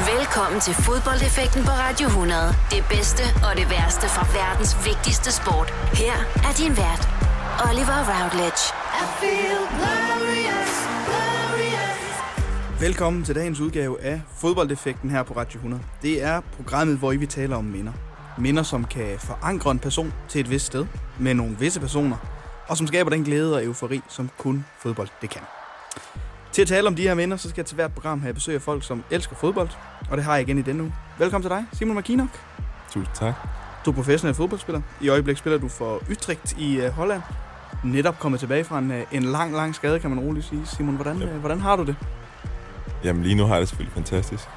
Velkommen til Fodboldeffekten på Radio 100. Det bedste og det værste fra verdens vigtigste sport. Her er din vært, Oliver Routledge. Velkommen til dagens udgave af Fodboldeffekten her på Radio 100. Det er programmet, hvor vi taler om minder. Minder, som kan forankre en person til et vist sted med nogle visse personer, og som skaber den glæde og eufori, som kun fodbold det kan. Til at tale om de her minder, så skal jeg til hvert program have besøg af folk, som elsker fodbold, og det har jeg igen i denne uge. Velkommen til dig, Simon Makinok. Tusind tak. Du er professionel fodboldspiller. I øjeblik spiller du for Utrecht i Holland. Netop kommet tilbage fra en lang skade, kan man roligt sige. Simon, hvordan har du det? Jamen lige nu har jeg det selvfølgelig fantastisk.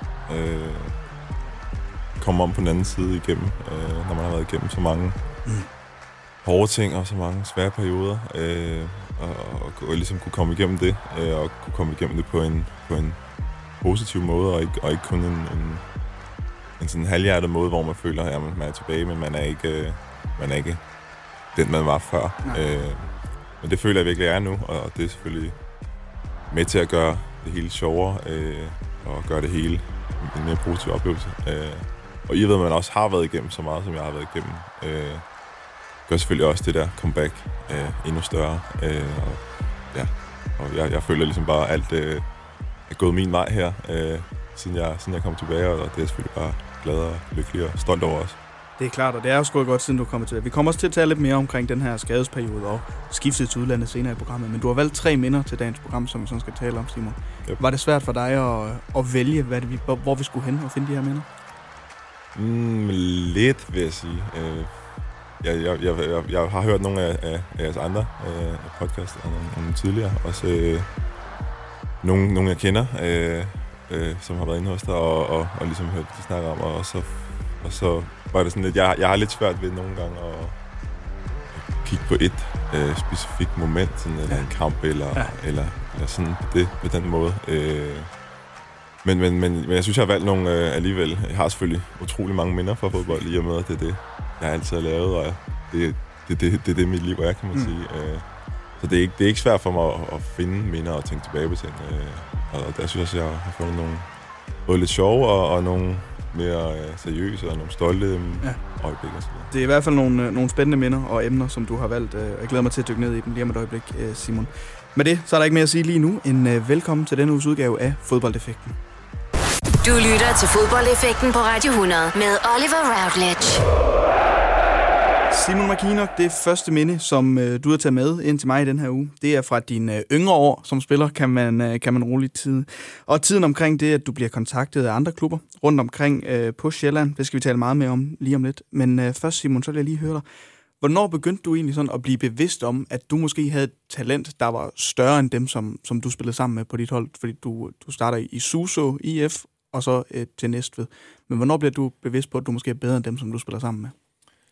Komme om på den anden side igennem, når man har været igennem så mange hårde ting og så mange svære perioder. Og ligesom kunne komme igennem det, og kunne komme igennem det på en positiv måde, og ikke kun en sådan halvhjertet måde, hvor man føler, at man er tilbage, men man er ikke den, man var før. Men det føler jeg virkelig, jeg er nu, og det er selvfølgelig med til at gøre det hele sjovere, og gøre det hele en mere positiv oplevelse. Og I ved, at man også har været igennem så meget, som jeg har været igennem. Gør selvfølgelig også det der comeback endnu større. Og jeg føler ligesom bare, alt er gået min vej her, siden jeg kom tilbage, og det er jeg selvfølgelig bare glad og lykkelig og stolt over os. Det er klart, og det er også gået godt, siden du kommer tilbage. Vi kommer også til at tale lidt mere omkring den her skadesperiode og skiftet til udlandet senere i programmet, men du har valgt 3 minder til dagens program, som vi sådan skal tale om, Simon. Yep. Var det svært for dig at vælge, hvor vi skulle hen og finde de her minder? Lidt, vil jeg sige. Jeg har hørt nogle af jeres andre podcast og nogle tidligere. Også nogle jeg kender, som har været inde hos dig og ligesom hørt, de snakker om. Og så var det sådan lidt, jeg har lidt svært ved nogle gange at kigge på et specifikt moment, sådan, eller en kamp, eller sådan på den måde. Men jeg synes, jeg har valgt nogle alligevel. Jeg har selvfølgelig utrolig mange minder fra fodbold, i og med, at det er det, jeg altid har lavet, og det er det, mit liv er, kan man sige. Så det er ikke svært for mig at finde minder og tænke tilbage på ting. Og der synes jeg har fundet nogle både lidt sjove og nogle mere seriøse og nogle stolte øjeblikke. Det er i hvert fald nogle spændende minder og emner, som du har valgt. Jeg glæder mig til at dykke ned i dem lige om et øjeblik, Simon. Med det, så er der ikke mere at sige lige nu, end velkommen til denne uges udgave af Fodboldeffekten. Du lytter til Fodboldeffekten på Radio 100 med Oliver Routledge. Simon Makinok, det første minde, som du har taget med ind til mig i den her uge, det er fra dine yngre år som spiller, kan man roligt tid. Og tiden omkring det, at du bliver kontaktet af andre klubber rundt omkring på Sjælland, det skal vi tale meget mere om lige om lidt. Men først, Simon, så vil jeg lige høre dig. Hvornår begyndte du egentlig sådan at blive bevidst om, at du måske havde et talent, der var større end dem, som du spillede sammen med på dit hold? Fordi du starter i Suså IF, og så til Næstved. Men hvornår bliver du bevidst på, at du måske er bedre end dem, som du spiller sammen med?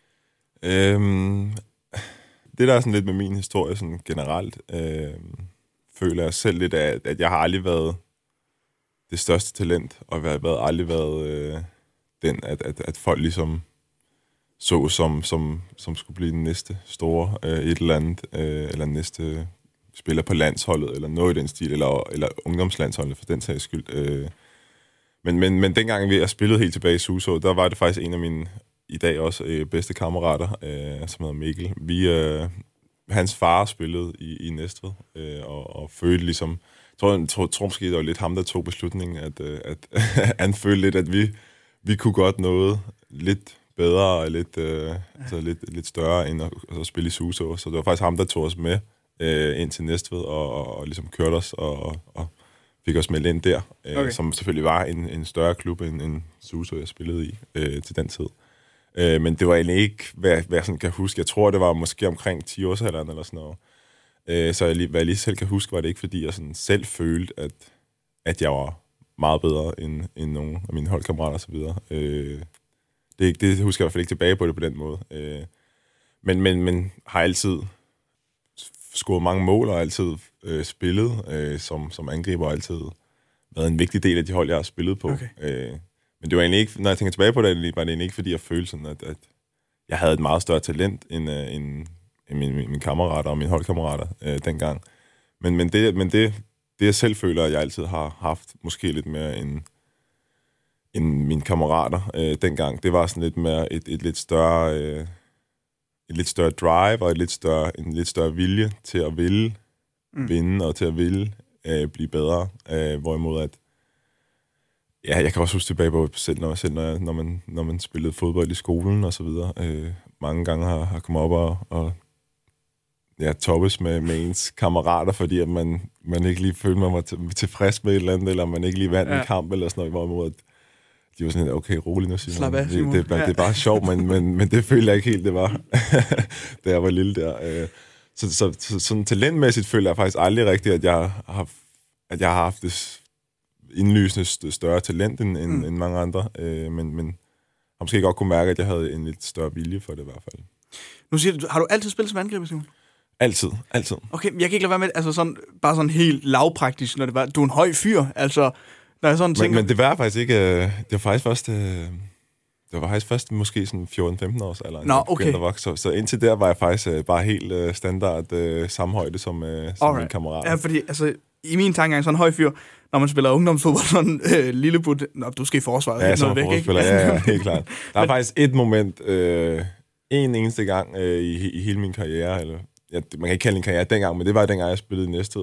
Det der er sådan lidt med min historie sådan generelt, føler jeg selv lidt af, at jeg har aldrig været det største talent, og jeg har aldrig været den, at folk ligesom så som skulle blive den næste store et eller andet, eller den næste spiller på landsholdet, eller noget i den stil, eller ungdomslandsholdet for den sags skyld. Men dengang jeg spillede helt tilbage i Suså, der var det faktisk en af mine i dag også bedste kammerater, som hedder Mikkel. Hans far spillede i Næstved, og følte ligesom, tror måske, det var lidt ham, der tog beslutningen, at han følte lidt, at vi kunne godt noget lidt bedre og lidt større end at spille i Suså. Så det var faktisk ham, der tog os med ind til Næstved og ligesom kørte os og fik os meldt ind der, som selvfølgelig var en større klub end Suså, jeg spillede i til den tid. Men det var egentlig ikke, hvad jeg sådan kan huske. Jeg tror, det var måske omkring 10-årsalderen eller sådan noget. Så hvad jeg lige selv kan huske, var det ikke, fordi jeg sådan selv følte, at jeg var meget bedre end nogle af mine holdkammerater og så videre. Det husker jeg i hvert fald ikke tilbage på det på den måde. Men har altid scoret mange mål og altid spillet som angriber og altid været en vigtig del af de hold, jeg har spillet på. Okay. Men det var egentlig ikke, når jeg tænker tilbage på det, var det egentlig ikke, fordi jeg følte sådan, at jeg havde et meget større talent end mine kammerater og mine holdkammerater dengang. Men det jeg selv føler, at jeg altid har haft måske lidt mere end mine kammerater dengang. Det var sådan lidt mere et lidt større drive og en lidt større vilje til at ville vinde og til at ville blive bedre. Hvorimod at jeg kan også huske tilbage på, selv når man spillede fodbold i skolen og så videre. Mange gange har kommet op og toppes med ens kammerater, fordi at man ikke lige følte, man var tilfreds med et eller andet, eller man ikke lige vandt en kamp eller sådan noget, hvorimod at de var sådan, okay, rolig nu, Simon. Slap af, Simon. Det er bare sjovt, men det følte jeg ikke helt, det var, da jeg var lille der. Så sådan talentmæssigt føler jeg faktisk aldrig rigtigt, at jeg har haft det indlysende større talent end mange andre, men har måske godt kunne mærke, at jeg havde en lidt større vilje for det i hvert fald. Nu siger du, har du altid spillet som angriber, Simon? Altid. Okay, jeg kan ikke lade være med, altså sådan, bare sådan helt lavpraktisk, når det var, du er en høj fyr, altså, når jeg sådan tænker... Men det var faktisk ikke, det var faktisk først måske sådan 14-15 års alder. Nå, okay. Så indtil der var jeg faktisk bare helt standard samme højde som min kammerat. Ja, fordi altså, i min tankegang sådan en høj fyr, når man spiller ungdomsfodbold, sådan lille but, du skal i forsvaret. Ja, som forsvarsspiller, ja, helt klart. Der er faktisk et moment, en eneste gang i hele min karriere, eller man kan ikke kalde en karriere dengang, men det var dengang, jeg spillede i Næstved,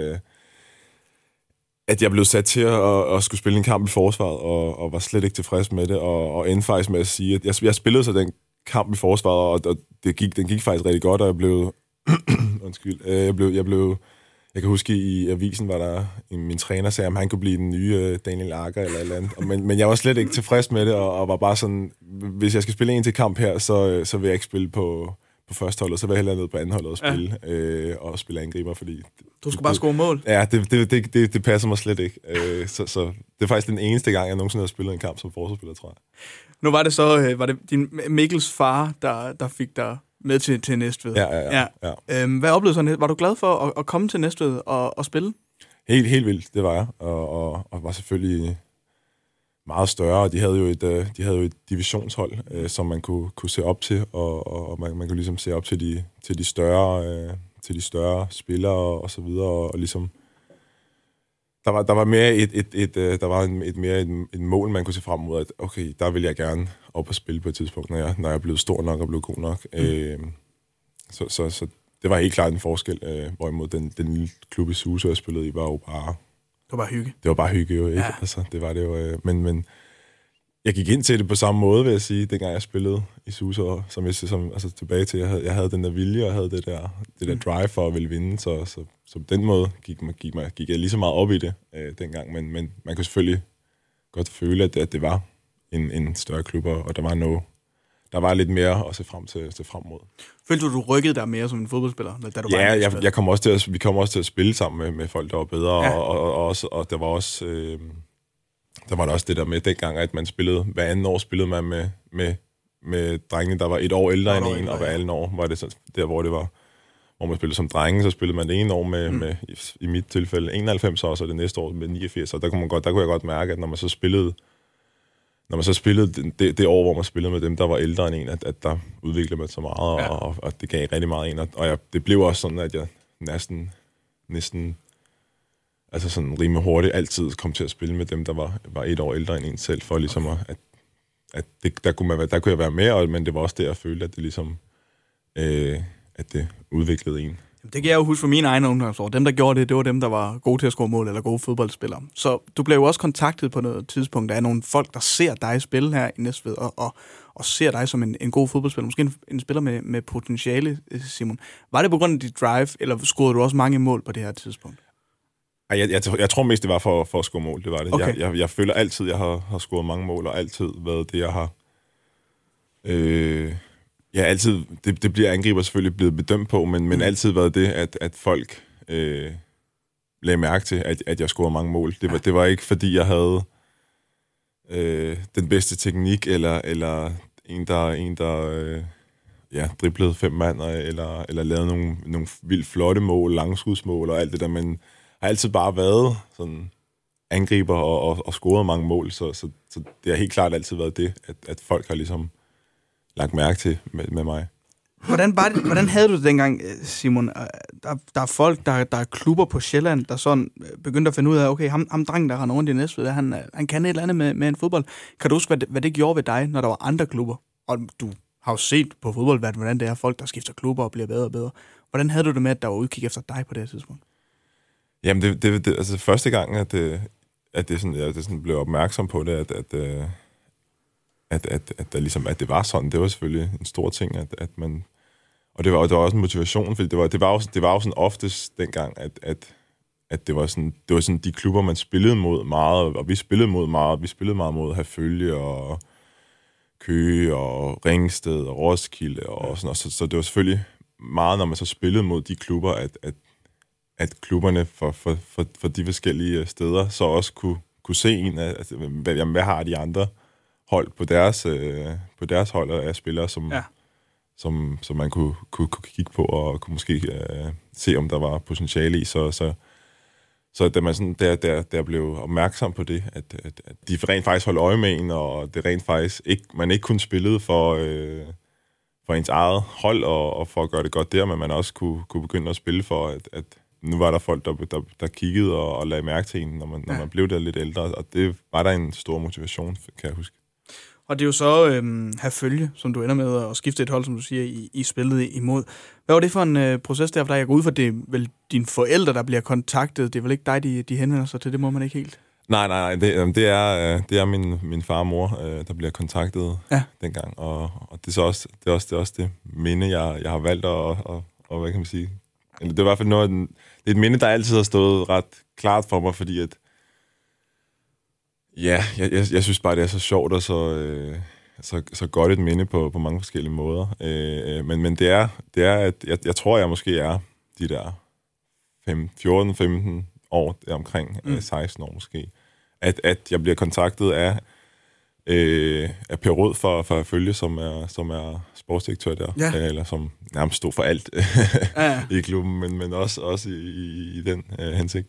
at jeg blev sat til at skulle spille en kamp i forsvaret, og var slet ikke tilfreds med det, og endte faktisk med at sige, at jeg spillede så den kamp i forsvaret, og den gik faktisk rigtig godt, og jeg blev... undskyld. Jeg kan huske, i avisen var der min træner sagde, at han kunne blive den nye Daniel Agger eller et eller andet. Men jeg var slet ikke tilfreds med det, og var bare sådan, hvis jeg skal spille en til kamp her, så vil jeg ikke spille på førsteholdet, så vil jeg hellere ned på andenholdet og spille, og spille angriber, fordi... Du skal bare score mål. Ja, det passer mig slet ikke. Så det er faktisk den eneste gang, jeg nogensinde har spillet en kamp som forsvarsspiller, tror jeg. Nu var det så, var det din Mikkels far, der fik dig med til Næstved. Ja. Hvad oplevede så? Var du glad for at komme til Næstved og spille? Helt vildt, det var jeg. Og var selvfølgelig meget større. De havde jo et divisionshold, som man kunne se op til, og man kunne ligesom se op til de større spillere og så videre, og ligesom der var mere et mål, man kunne se frem mod, at okay, der vil jeg gerne op og spille på et tidspunkt, når jeg er blevet stor nok og blevet god nok. Så det var helt klart en forskel, hvorimod den lille klub i Suse, jeg spillede i, var jo bare... Det var bare hygge. Det var bare hygge, jo, ikke? Ja. Altså, det var det jo. Men jeg gik ind til det på samme måde, vil jeg sige, dengang jeg spillede i Suse, altså tilbage til, jeg havde den der vilje, og jeg havde det der drive for at ville vinde, så på den måde gik jeg lige så meget op i det dengang, men man kunne selvfølgelig godt føle, at det var en større klub, og der var lidt mere at se frem mod. Følte du rykkede dig mere som en fodboldspiller, da du var vi kom også til at spille sammen med folk, der var bedre, og der var også der var der også det der med dengang, at man spillede, hver anden år spillede man med drengene, der var et år ældre end en, og hver anden år var det så der, hvor man spillede som drenge, så spillede man det ene år med i mit tilfælde 91 år, så det næste år med 89, og der kunne jeg godt mærke, at når man så spillede det år, hvor man spillede med dem, der var ældre end en, at der udviklede man så meget, og det gav rigtig meget en, og det blev også sådan, at jeg næsten altså sådan rimelig hurtigt altid kom til at spille med dem, der var et år ældre end en selv, for ligesom at der kunne jeg være med, men det var også det, jeg følte, at det ligesom at det udviklede en. Det kan jeg jo huske fra mine egne ungdomsår. Dem, der gjorde det var dem, der var gode til at score mål eller gode fodboldspillere. Så du blev jo også kontaktet på noget tidspunkt af nogle folk, der ser dig spille her i Næstved, og ser dig som en god fodboldspiller. Måske en spiller med potentiale, Simon. Var det på grund af dit drive, eller scorede du også mange mål på det her tidspunkt? Jeg tror mest, det var for at score mål. Det var det. Okay. Jeg føler altid, jeg har scoret mange mål, og altid været det, jeg har... altid, det bliver angriber selvfølgelig blevet bedømt på, men altid været det, at folk lagde mærke til, at jeg scorede mange mål. Det var ikke, fordi jeg havde den bedste teknik, eller en der driblede 5 mand, eller lavede nogle vildt flotte mål, langskudsmål og alt det der, men har altid bare været sådan angriber og scoret mange mål, så det har helt klart altid været det, at folk har ligesom lagt mærke til med mig. Hvordan havde du det dengang, Simon? Der er folk, der er klubber på Sjælland, der sådan begyndte at finde ud af, okay, ham drengen, der render rundt i Næstved, han kan et eller andet med en fodbold. Kan du huske, hvad det gjorde ved dig, når der var andre klubber? Og du har jo set på fodbold, hvordan det er folk, der skifter klubber og bliver bedre og bedre. Hvordan havde du det med, at der var udkig efter dig på det her tidspunkt? Jamen, det altså første gang, at det sådan blev opmærksom på det, at der ligesom, at det var sådan, det var selvfølgelig en stor ting, at man... Og det var også en motivation, fordi det var jo sådan oftest dengang, at det var sådan de klubber, man spillede mod meget, og vi spillede mod meget. Vi spillede meget mod Herfølge og Køge og Ringsted og Roskilde og sådan noget. Så det var selvfølgelig meget, når man så spillede mod de klubber, at klubberne for de forskellige steder så også kunne se en af, altså, hvad har de andre hold på deres hold af spillere, som man kunne kigge på og kunne måske se, om der var potentiale i. Så da man sådan der blev opmærksom på det, at de rent faktisk holdt øje med en, og det rent faktisk man ikke kun spillede for ens eget hold og for at gøre det godt der, men man også kunne begynde at spille for, at nu var der folk, der kiggede og lagde mærke til en, når man blev der lidt ældre, og det var der en stor motivation, kan jeg huske. Og det er jo så Herfølge, som du ender med at skifte et hold, som du siger, I spillede imod. Hvad var det for en proces der for dig? Jeg går ud for, det er vel dine forældre, der bliver kontaktet. Det er vel ikke dig, de henvender sig til? Det må man ikke helt. Nej. Det er min far og mor, der bliver kontaktet dengang. Og det er også det minde, jeg har valgt at hvad kan man sige? Eller det er i hvert fald noget, det er et minde, der altid har stået ret klart for mig, fordi at ja, jeg synes bare, det er så sjovt og så godt et minde på mange forskellige måder. Men det er at jeg tror, jeg måske er de der 14-15 år, omkring 16 år måske, at jeg bliver kontaktet af Per Rød fra Følge, som er sportsdirektør der, eller som nærmest stod for alt i klubben, men også i den hensigt.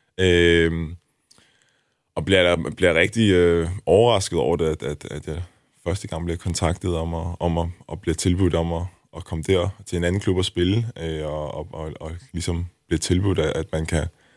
Og bliver rigtig overrasket over det, at jeg første gang bliver kontaktet om at blive tilbudt om at komme der til en anden klub og spille, og ligesom bliver tilbudt, at man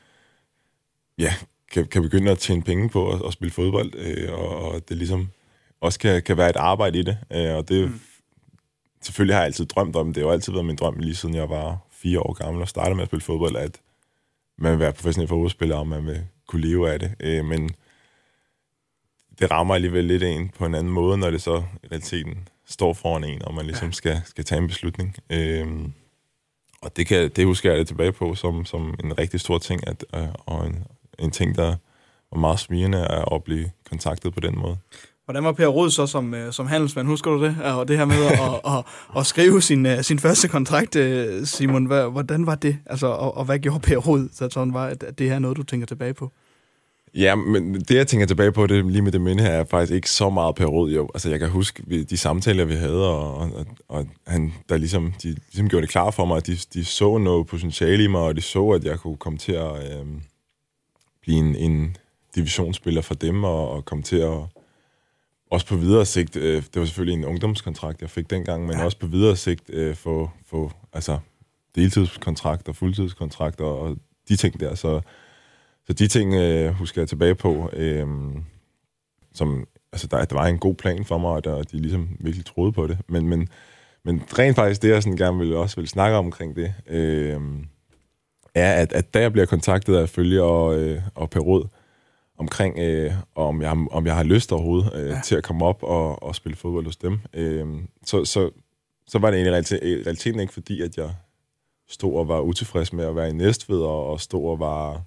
kan begynde at tjene penge på at spille fodbold, og det ligesom også kan være et arbejde i det. Og det selvfølgelig har jeg altid drømt om. Det har jo altid været min drøm, lige siden jeg var 4 år gammel og startede med at spille fodbold, at man vil være professionel fodboldspiller, og man vil kunne leve af det. Men det rammer alligevel lidt en på en anden måde, når det så i realiteten står foran en, og man ligesom skal tage en beslutning. Og det husker jeg det tilbage på som en rigtig stor ting, og en ting, der var meget smigende at blive kontaktet på den måde. Hvordan var Per Rød så som handelsmand? Husker du det? Og det her med at skrive sin første kontrakt, Simon, hvordan var det? Altså, og hvad gjorde Per Rød, så sådan var, at det her er noget, du tænker tilbage på? Ja, men det, jeg tænker tilbage på, det lige med det minde her, er faktisk ikke så meget Per Rød, jo. Altså, jeg kan huske de samtaler, vi havde, og han, de ligesom gjorde det klart for mig, at de så noget potentiale i mig, og de så, at jeg kunne komme til at blive en divisionsspiller for dem, og komme til at også på videre sigt, det var selvfølgelig en ungdomskontrakt, jeg fik dengang, men også på videre sigt få altså deltidskontrakt og fuldtidskontrakt og de ting der. Så de ting husker jeg tilbage på, som altså der var en god plan for mig, og de ligesom virkelig troede på det. Men rent faktisk det, jeg sådan gerne vil snakke omkring det, er, at da jeg bliver kontaktet af Følge og Per Rød, omkring, om jeg har lyst overhovedet til at komme op og spille fodbold hos dem. Så var det egentlig i realiteten ikke, fordi at jeg stod og var utilfreds med at være i Næstved, og stod og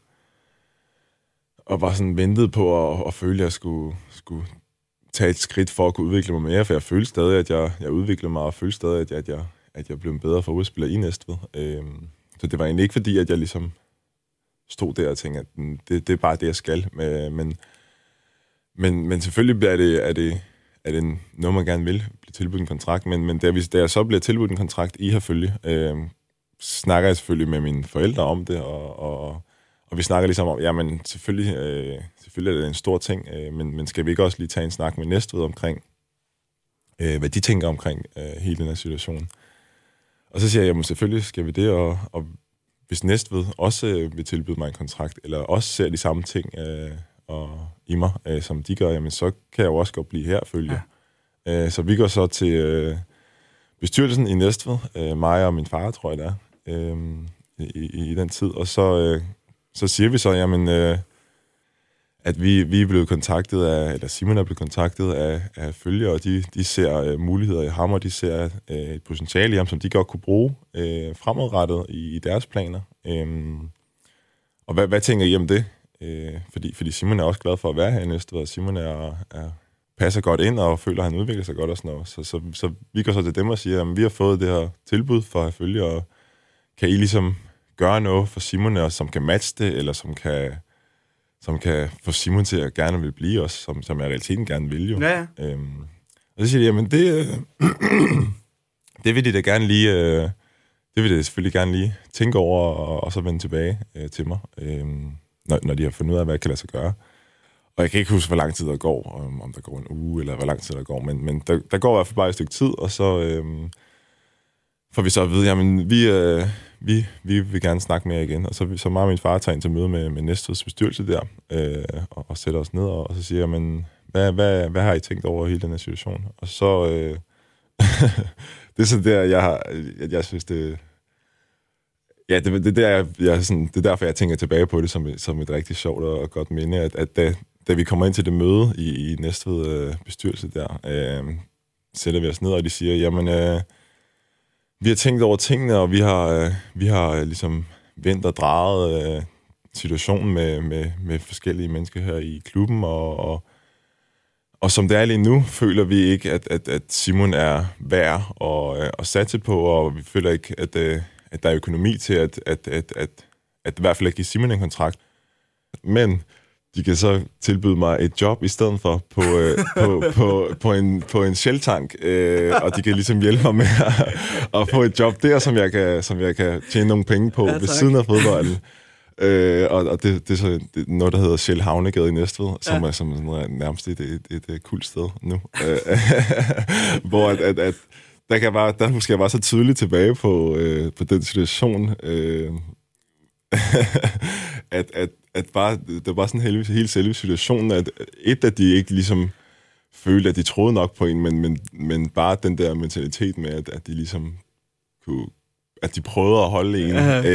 var sådan ventet på at føle, at jeg skulle tage et skridt for at kunne udvikle mig mere, for jeg følte stadig, at jeg udviklede mig, og følte stadig, at jeg blev en bedre fodboldspiller i Næstved. Så det var egentlig ikke, fordi at jeg ligesom stod der og tænkte, at det er bare det, jeg skal. Men selvfølgelig er det noget, man gerne vil blive tilbudt en kontrakt. Men da jeg så bliver tilbudt en kontrakt i Herfølge, snakker jeg selvfølgelig med mine forældre om det, og vi snakker ligesom om, jamen selvfølgelig er det en stor ting, men skal vi ikke også lige tage en snak med Næstved omkring, hvad de tænker omkring hele den her situation. Og så siger jeg, jamen selvfølgelig skal vi det, og hvis Næstved også vil tilbyde mig en kontrakt, eller også ser de samme ting i mig, som de gør, jamen så kan jeg jo også godt blive her, følge. Ja. Så vi går så til bestyrelsen i Næstved, mig og min far, tror jeg det er, i den tid, og så siger vi så, jamen, at vi er blevet kontaktet af, eller Simon er blevet kontaktet af følgere, og de ser muligheder i ham, og de ser et potentiale i ham, som de godt kunne bruge fremadrettet i deres planer. Og hvad tænker I om det? Fordi Simon er også glad for at være her i Næstved, og Simon passer godt ind og føler, at han udvikler sig godt og sådan noget. Så vi går så til dem og siger, at vi har fået det her tilbud for at følge, og kan I ligesom gøre noget for Simon, som kan matche det, eller som kan få Simon til at gerne vil blive også, som jeg i realiteten gerne vil jo. Ja. Og så siger de, jamen det vil de da gerne lige, det vil de selvfølgelig gerne lige tænke over, og så vende tilbage til mig, når de har fundet ud af, hvad jeg kan lade sig gøre. Og jeg kan ikke huske, hvor lang tid der går, om der går en uge, eller hvor lang tid der går, men der går i hvert fald bare et stykke tid, og så får vi så at vide, jamen vi vil gerne snakke med jer igen. Og så mig og min far tager ind til møde med Næstveds bestyrelse der, og sætter os ned, og så siger jeg, men hvad har I tænkt over hele den her situation? Og så, det er så der, jeg synes, det... Ja, det er derfor, jeg tænker tilbage på det som et rigtig sjovt og godt minde, at da vi kommer ind til det møde i Næstved bestyrelse der, sætter vi os ned, og de siger, jamen, vi har tænkt over tingene, og vi har ligesom vendt og drejet situationen med forskellige mennesker her i klubben, og som det er lige nu, føler vi ikke, at Simon er værd at satse på, og vi føler ikke, at der er økonomi til at i hvert fald at give Simon en kontrakt. Men de kan så tilbyde mig et job i stedet for på en Shell-tank, og de kan ligesom hjælpe mig med at få et job der, som jeg kan tjene nogle penge på ved siden af fodbolden. Og det er så noget, der hedder Shell Havnegade i Næstved, som er sådan nærmest et kult sted nu. Hvor der husker jeg bare så tydeligt tilbage på den situation, at bare, det var sådan hele selve situationen, at de ikke ligesom følte, at de troede nok på en, men bare den der mentalitet med, at de ligesom kunne, at de prøvede at holde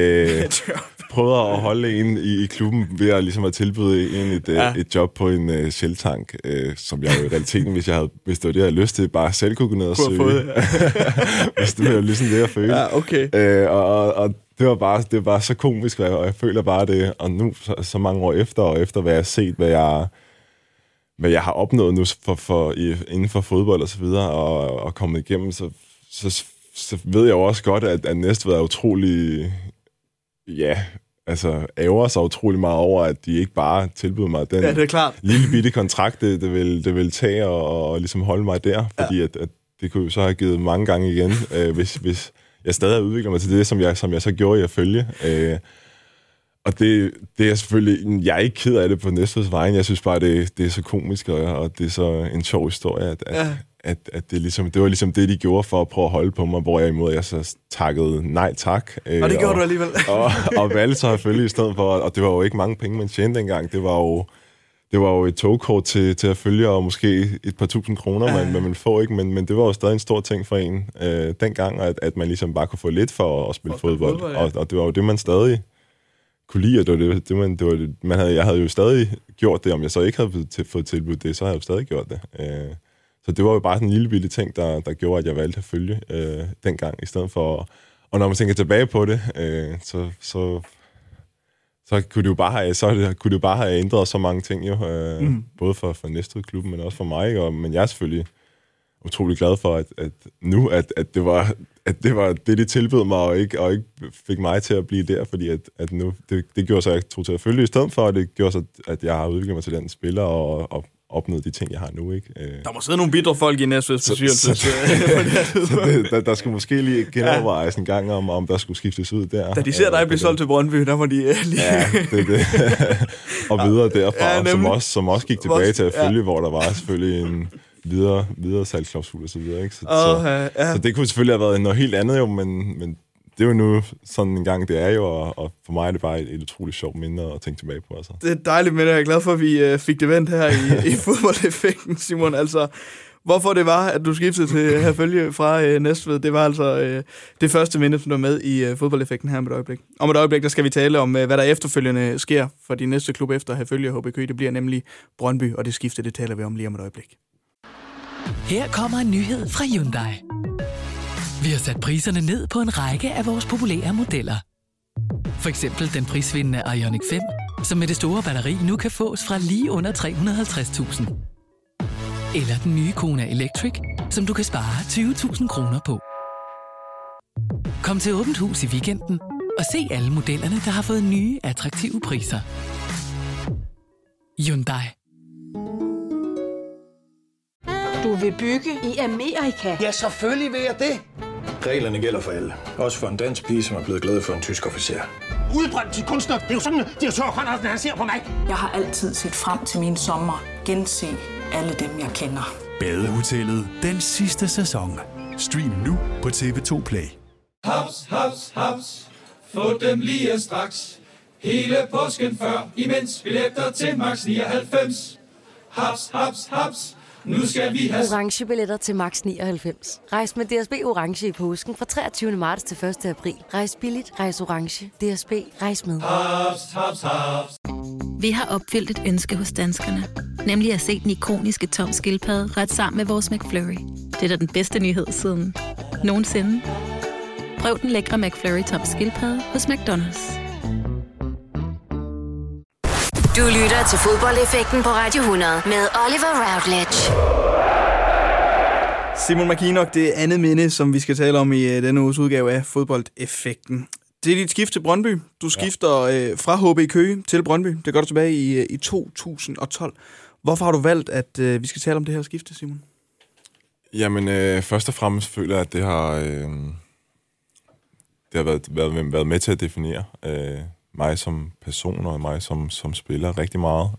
en, i klubben ved at ligesom at tilbyde en et job på en Shell-tank, som jeg jo i realiteten, hvis det var det, jeg havde lyst til, bare selv kunne gå ned og søge. Hvis det var ligesom det, jeg følte. Ja, okay. Og det var bare så komisk, og jeg føler bare det, og nu så mange år efter, og efter hvad jeg har set, hvad jeg har opnået nu inden for fodbold og så videre, og kommet igennem, så ved jeg jo også godt, at Næstved er utrolig, ærger sig utrolig meget over, at de ikke bare tilbyder mig den lille bitte kontrakt, det vil tage og ligesom holde mig der, fordi at det kunne jo så have givet mange gange igen, hvis jeg stadig udvikler mig til det, som jeg så gjorde i at følge. Og det er selvfølgelig, jeg er ikke ked af det på Næstveds vejen. Jeg synes bare, det er så komisk, og det er så en sjov historie, at det var ligesom det, de gjorde for at prøve at holde på mig, hvor jeg så takkede nej tak. Og det gjorde du alligevel. og valgte så selvfølgelig i stedet for, og det var jo ikke mange penge, man tjente dengang. Det var jo et togkort til at følge, og måske et par tusind kroner, man ville få, ikke? Men det var jo stadig en stor ting for en dengang, at man ligesom bare kunne få lidt for at spille fodbold. Og det var jo det, man stadig kunne lide, og jeg havde jo stadig gjort det, om jeg så ikke havde fået tilbudt det, så havde jeg jo stadig gjort det. Så det var jo bare sådan en lille bitte ting, der gjorde, at jeg valgte at følge dengang, i stedet for. Og når man tænker tilbage på det, så kunne det jo bare have ændret så mange ting, jo. Både for Næstved-klubben, men også for mig. Men jeg er selvfølgelig utrolig glad for, at det var det, de tilbød mig, og ikke fik mig til at blive der, fordi at nu, det gjorde så, at jeg tog til at følge i stedet for, og det gjorde så, at jeg har udviklet mig til den spiller, og opnået de ting, jeg har nu, ikke? Der må sidde nogle bitre folk i Næstveds bestyrelse. Så der skulle måske lige genovervejes en gang, om der skulle skiftes ud der. Da de ser dig blive solgt til Brøndby, der må de lige... Ja, det. Og videre derfra, som også gik tilbage til at følge, hvor der var selvfølgelig en videre salgsklausul og så videre, ikke? Så det kunne selvfølgelig have været noget helt andet jo, men det er jo nu sådan en gang, det er jo, og for mig er det bare et utroligt sjovt minde at tænke tilbage på. Altså. Det er dejligt minde, jeg er glad for, at vi fik det vendt her i fodboldeffekten, Simon. Altså, hvorfor det var, at du skiftede til Herfølge fra Næstved, det var altså det første minde, som du er med i fodboldeffekten her om et øjeblik. Om et øjeblik, der skal vi tale om, hvad der efterfølgende sker for de næste klub efter Herfølge og HB Køge. Det bliver nemlig Brøndby, og det skifte, det taler vi om lige om et øjeblik. Her kommer en nyhed fra Hyundai. Vi har sat priserne ned på en række af vores populære modeller. For eksempel den prisvindende Ioniq 5, som med det store batteri nu kan fås fra lige under 350.000. Eller den nye Kona Electric, som du kan spare 20.000 kroner på. Kom til Åbent Hus i weekenden og se alle modellerne, der har fået nye, attraktive priser. Hyundai. Du vil bygge i Amerika? Ja, selvfølgelig vil jeg det. Reglerne gælder for alle. Også for en dansk pige, som er blevet glad for en tysk officer. Udbrændt til kunstner. Det er jo sådan, at direktør Conradsen, han ser på mig. Jeg har altid set frem til min sommer. Gense alle dem, jeg kender. Badehotellet den sidste sæson. Stream nu på TV2 Play. Haps, haps, haps. Få dem lige straks. Hele påsken før, imens billetter til max 99. Haps, haps, haps. Nu skal vi have orange billetter til max 99. Rejs med DSB orange i påsken fra 23. marts til 1. april. Rejs billigt, rejs orange. DSB, rejs med. haps, haps, haps. Vi har opfyldt et ønske hos danskerne, nemlig at se den ikoniske Tom Skildpadde ret sammen med vores McFlurry. Det er da den bedste nyhed siden nogensinde. Prøv den lækre McFlurry Tom Skildpadde hos McDonald's. Du lytter til fodboldeffekten på Radio 100 med Oliver Routledge. Simon McKinnock, det er andet minde, som vi skal tale om i denne uges udgave af fodboldeffekten. Det er dit skift til Brøndby. Du skifter fra HB Køge til Brøndby. Det gør du tilbage i 2012. Hvorfor har du valgt, at vi skal tale om det her skifte, Simon? Jamen, først og fremmest føler jeg, at det har været med til at definere mig som person og mig som spiller rigtig meget.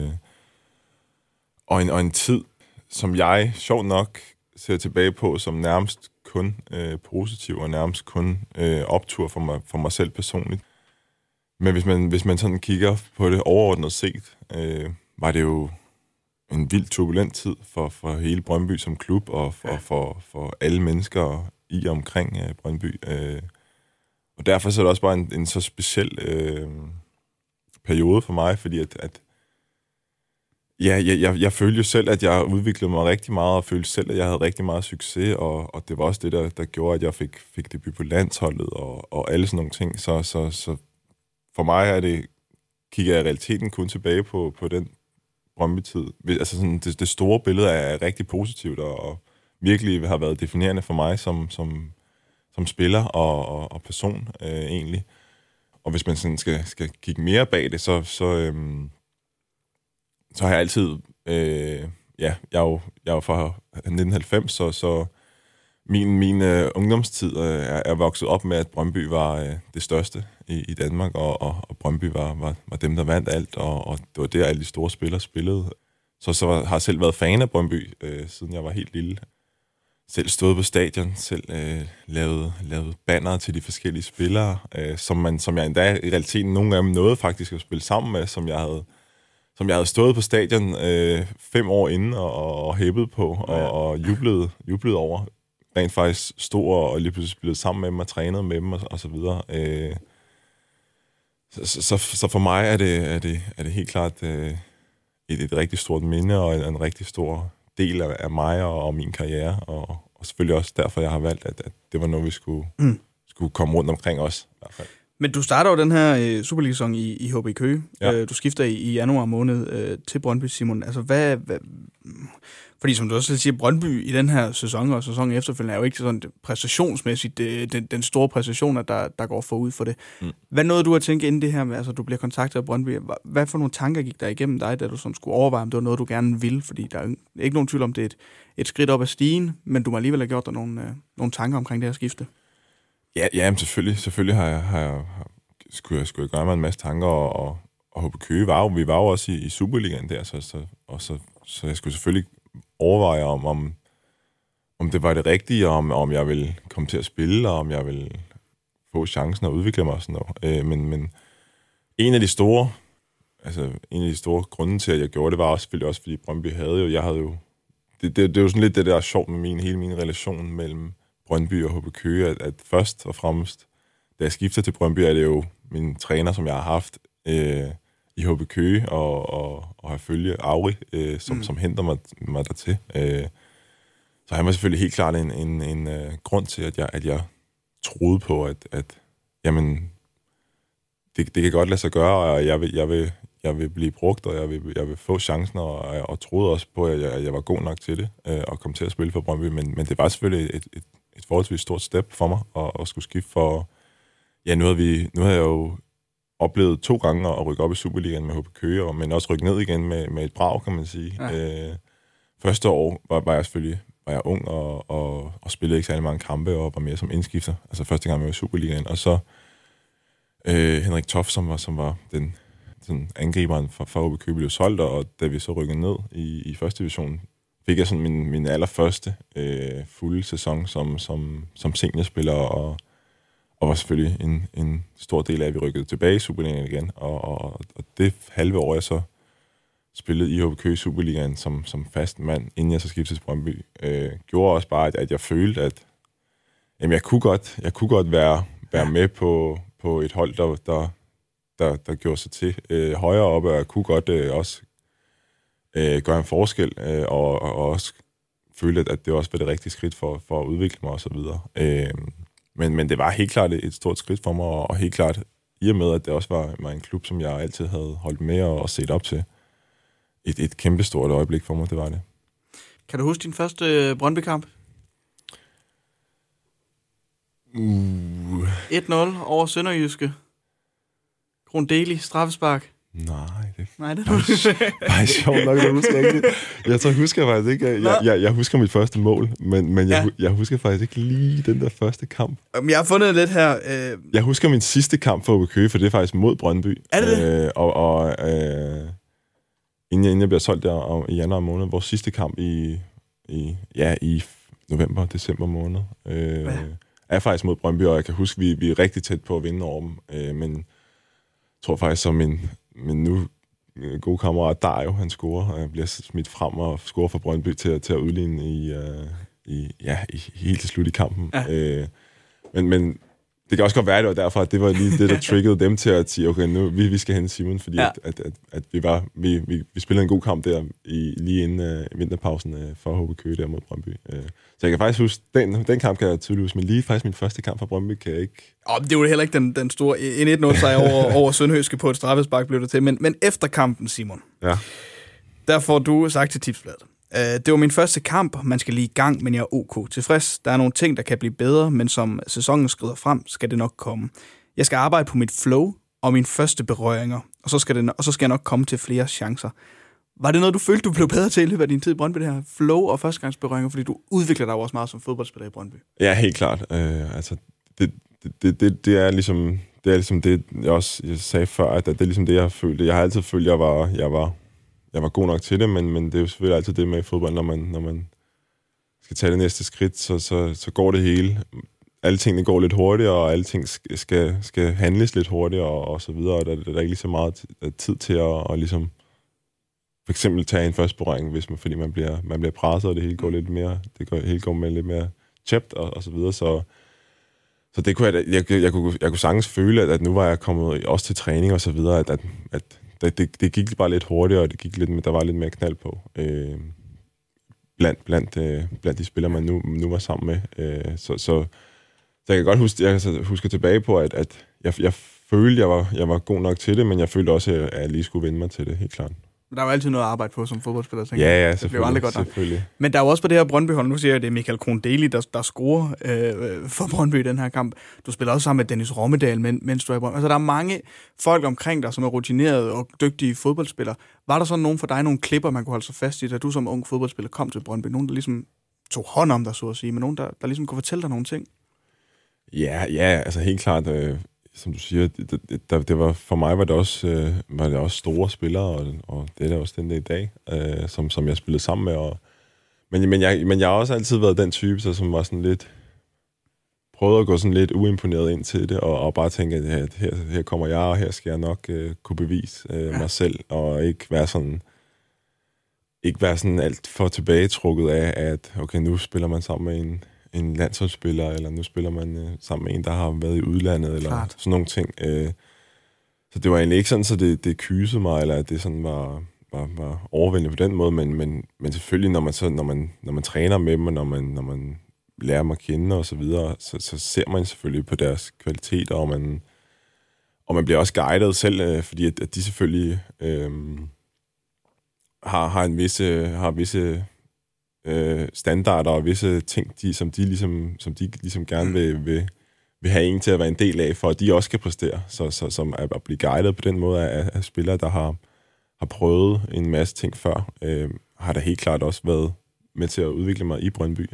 Og en tid, som jeg, sjovt nok, ser tilbage på som nærmest kun positiv og nærmest kun optur for mig selv personligt. Men hvis man sådan kigger på det overordnet set, var det jo en vildt turbulent tid for hele Brøndby som klub og for alle mennesker i og omkring Brøndby. Og derfor så er det også bare en så speciel periode for mig, fordi jeg følte jo selv, at jeg udviklede mig rigtig meget, og følte selv, at jeg havde rigtig meget succes, og det var også det, der gjorde, at jeg fik debut på landsholdet, og alle sådan nogle ting. Så for mig kigger jeg i realiteten kun tilbage på den Brøndby-tid. Altså sådan, det store billede er rigtig positivt, og virkelig har været definerende for mig som spiller og person egentlig. Og hvis man sådan skal kigge mere bag det, så har jeg altid... jeg er jo fra 1990, så min ungdomstid er vokset op med, at Brøndby var det største i Danmark, og Brøndby var dem, der vandt alt, og det var der, alle de store spillere spillede. Så har jeg selv været fan af Brøndby, siden jeg var helt lille. Selv stået på stadion, selv lavet banner til de forskellige spillere, som jeg endda i realiteten nogle af dem nåede faktisk at spille sammen med, som jeg havde stået på stadion 5 år inden og hæppet på og jublede over. Rent faktisk stod og lige pludselig spillede sammen med dem og trænede med dem og så videre. Så for mig er det helt klart et rigtig stort minde og en rigtig stor del af mig og min karriere, og selvfølgelig også derfor, jeg har valgt, at det var noget, vi skulle komme rundt omkring os. I hvert fald. Men du starter jo den her Superliga-sæson i HB Køge. Ja. Du skifter i januar måned til Brøndby, Simon. Altså, hvad... Fordi som du også siger, Brøndby i den her sæson og sæsonen efterfølgende er jo ikke sådan præstationsmæssigt den store præstation, der går forud for det. Hvad nåede du at tænke inden det her med, altså du bliver kontaktet af Brøndby? Hvad for nogle tanker gik der igennem dig, da du sådan skulle overveje, om det var noget, du gerne ville? Fordi der er ikke nogen tvivl om, det er et skridt op ad stigen, men du må alligevel have gjort dig nogle tanker omkring det her skifte. Ja, men selvfølgelig skulle jeg gøre mig en masse tanker, og HB Køge vi var jo også i Superligaen der, så jeg skulle selvfølgelig overveje om det var det rigtige, om jeg ville komme til at spille, og om jeg ville få chancen at udvikle mig og sådan noget. Men en af de store grunde til, at jeg gjorde det, var selvfølgelig også, fordi Brøndby det er jo sådan lidt det der sjovt med hele min relation mellem Brøndby og HB Køge, at først og fremmest, da jeg skifter til Brøndby, er det jo min træner, som jeg har haft i HB Køge, og har følge Auri, som henter mig dertil. Så han var selvfølgelig helt klart en grund til, at jeg troede på, at jamen, det kan godt lade sig gøre, og jeg vil blive brugt, og jeg vil få chancen, og troede også på, at jeg var god nok til det, og kom til at spille for Brøndby, men det var selvfølgelig et forholdsvis stort step for mig, at skulle skifte for... Ja, nu har jeg jo oplevet 2 gange at rykke op i Superligaen med HB Køge, men også rykke ned igen med et brag, kan man sige. Ja. Første år var jeg ung og spillede ikke særlig mange kampe, og var mere som indskifter. Altså første gang jeg var i Superligaen. Og så Henrik Toft, som var den sådan angriberen for HB Køge, blev solgt, og da vi så rykkede ned i første division, fik jeg sådan min allerførste fulde sæson som seniorspiller, og var selvfølgelig en stor del af, at vi rykkede tilbage i Superligaen igen. Og det halve år, jeg så spillede i HB Køge i Superligaen som fast mand, inden jeg så skiftede til Brøndby, gjorde også bare, at jeg følte, at jamen, jeg kunne godt være med på et hold, der gjorde sig til højere oppe, og jeg kunne godt også gøre en forskel, og også følte, at det også var det rigtige skridt for at udvikle mig og så videre. Men det var helt klart et stort skridt for mig, og helt klart i og med, at det også var en klub, som jeg altid havde holdt med og set op til. Et kæmpestort øjeblik for mig, det var det. Kan du huske din første Brøndby-kamp? 1-0 over Sønderjyske. Grundeli, straffespark. Nej, det er nej, sjovt nok, det husker jeg ikke. Jeg husker faktisk ikke. Jeg husker mit første mål, men jeg husker faktisk ikke lige den der første kamp. Jeg har fundet lidt her. Jeg husker min sidste kamp for HB Køge, for det er faktisk mod Brøndby. Er det? Inden jeg bliver solgt der i januar måned, vores sidste kamp i november, december måned, er faktisk mod Brøndby, og jeg kan huske, vi er rigtig tæt på at vinde over dem, men jeg tror faktisk, som min nu gode kammerat Dario, han scorer, bliver smidt frem og scorer for Brøndby til at udligne i helt til slut i kampen. Ja. Men det kan også godt være, at det var derfor, at det var lige det, der triggede dem til at sige, okay, nu vi skal hente Simon, fordi at vi spillede en god kamp der lige inden vinterpausen for HB Køge der mod Brøndby. Så jeg kan faktisk huske, den kamp kan jeg tydeligt huske, men lige faktisk min første kamp for Brøndby kan jeg ikke... Det var heller ikke den store 1-1-0-sejr over Sønderjyske på et straffespark blev det til, men efter kampen, Simon, der får du sagt til Tipsbladet. Det var min første kamp, man skal lige i gang, men jeg er ok tilfreds. Der er nogle ting, der kan blive bedre, men som sæsonen skrider frem, skal det nok komme. Jeg skal arbejde på mit flow og mine første berøringer, og så skal jeg nok komme til flere chancer. Var det noget, du følte, du blev bedre til i løbet af din tid i Brøndby, det her flow og førstegangsberøringer, fordi du udvikler dig også meget som fodboldspiller i Brøndby? Ja, helt klart. Det er ligesom det, jeg sagde før, at det er ligesom det, jeg har følt. Jeg har altid følt, jeg var god nok til det, men det er jo selvfølgelig altid det med i fodbold, når man skal tage det næste skridt, så går det hele. Alle tingene går lidt hurtigere, og alle ting skal handles lidt hurtigere, og så videre, og der er ikke lige så meget tid til at ligesom for eksempel tage en første berøring, fordi man bliver presset, og det hele går lidt mere, hele går med lidt mere tjept, og så videre, så det kunne jeg kunne sagtens føle, at nu var jeg kommet også til træning, og så videre, at det gik bare lidt hurtigere, og der var lidt mere knald på blandt de spillere, man nu var sammen med. Så jeg kan godt huske tilbage på, at jeg følte, jeg var god nok til det, men jeg følte også, at jeg lige skulle vende mig til det, helt klart. Der er jo altid noget at arbejde på som fodboldspiller, tænker jeg. Ja, selvfølgelig. Det selvfølgelig. Men der er jo også på det her Brøndby-hold, nu siger jeg, det er Michael Grundeli, der scorer for Brøndby i den her kamp. Du spiller også sammen med Dennis Rommedal, mens du er i Brøndby. Altså, der er mange folk omkring dig, som er rutinerede og dygtige fodboldspillere. Var der sådan nogen for dig, nogle klipper, man kunne holde sig fast i, da du som ung fodboldspiller kom til Brøndby? Nogen, der ligesom tog hånd om dig, så at sige, men nogen, der ligesom kunne fortælle dig nogle ting? Ja, altså helt klart... som du siger, det var, for mig var det også store spillere, og det er der også den dag i dag, som jeg spillede sammen med, Men jeg har også altid været den type, som var sådan lidt... Prøvede at gå sådan lidt uimponeret ind til det, og bare tænke, at her kommer jeg, og her skal jeg nok kunne bevise mig selv, og ikke være sådan alt for tilbagetrukket af, at okay, nu spiller man sammen med en landsholdsspiller, eller nu spiller man sammen med en, der har været i udlandet, eller sådan nogle ting. Så det var egentlig ikke sådan, så det kysede mig, eller at det sådan var overvældende på den måde, men selvfølgelig, når man træner med dem, og når man lærer dem at kende og så videre, så ser man selvfølgelig på deres kvaliteter, og man bliver også guidet selv, fordi at de selvfølgelig har visse standarder og visse ting, som de ligesom gerne vil have en til at være en del af, for at de også kan præstere. Så som at blive guidet på den måde af spillere, der har prøvet en masse ting før, har der helt klart også været med til at udvikle mig i Brøndby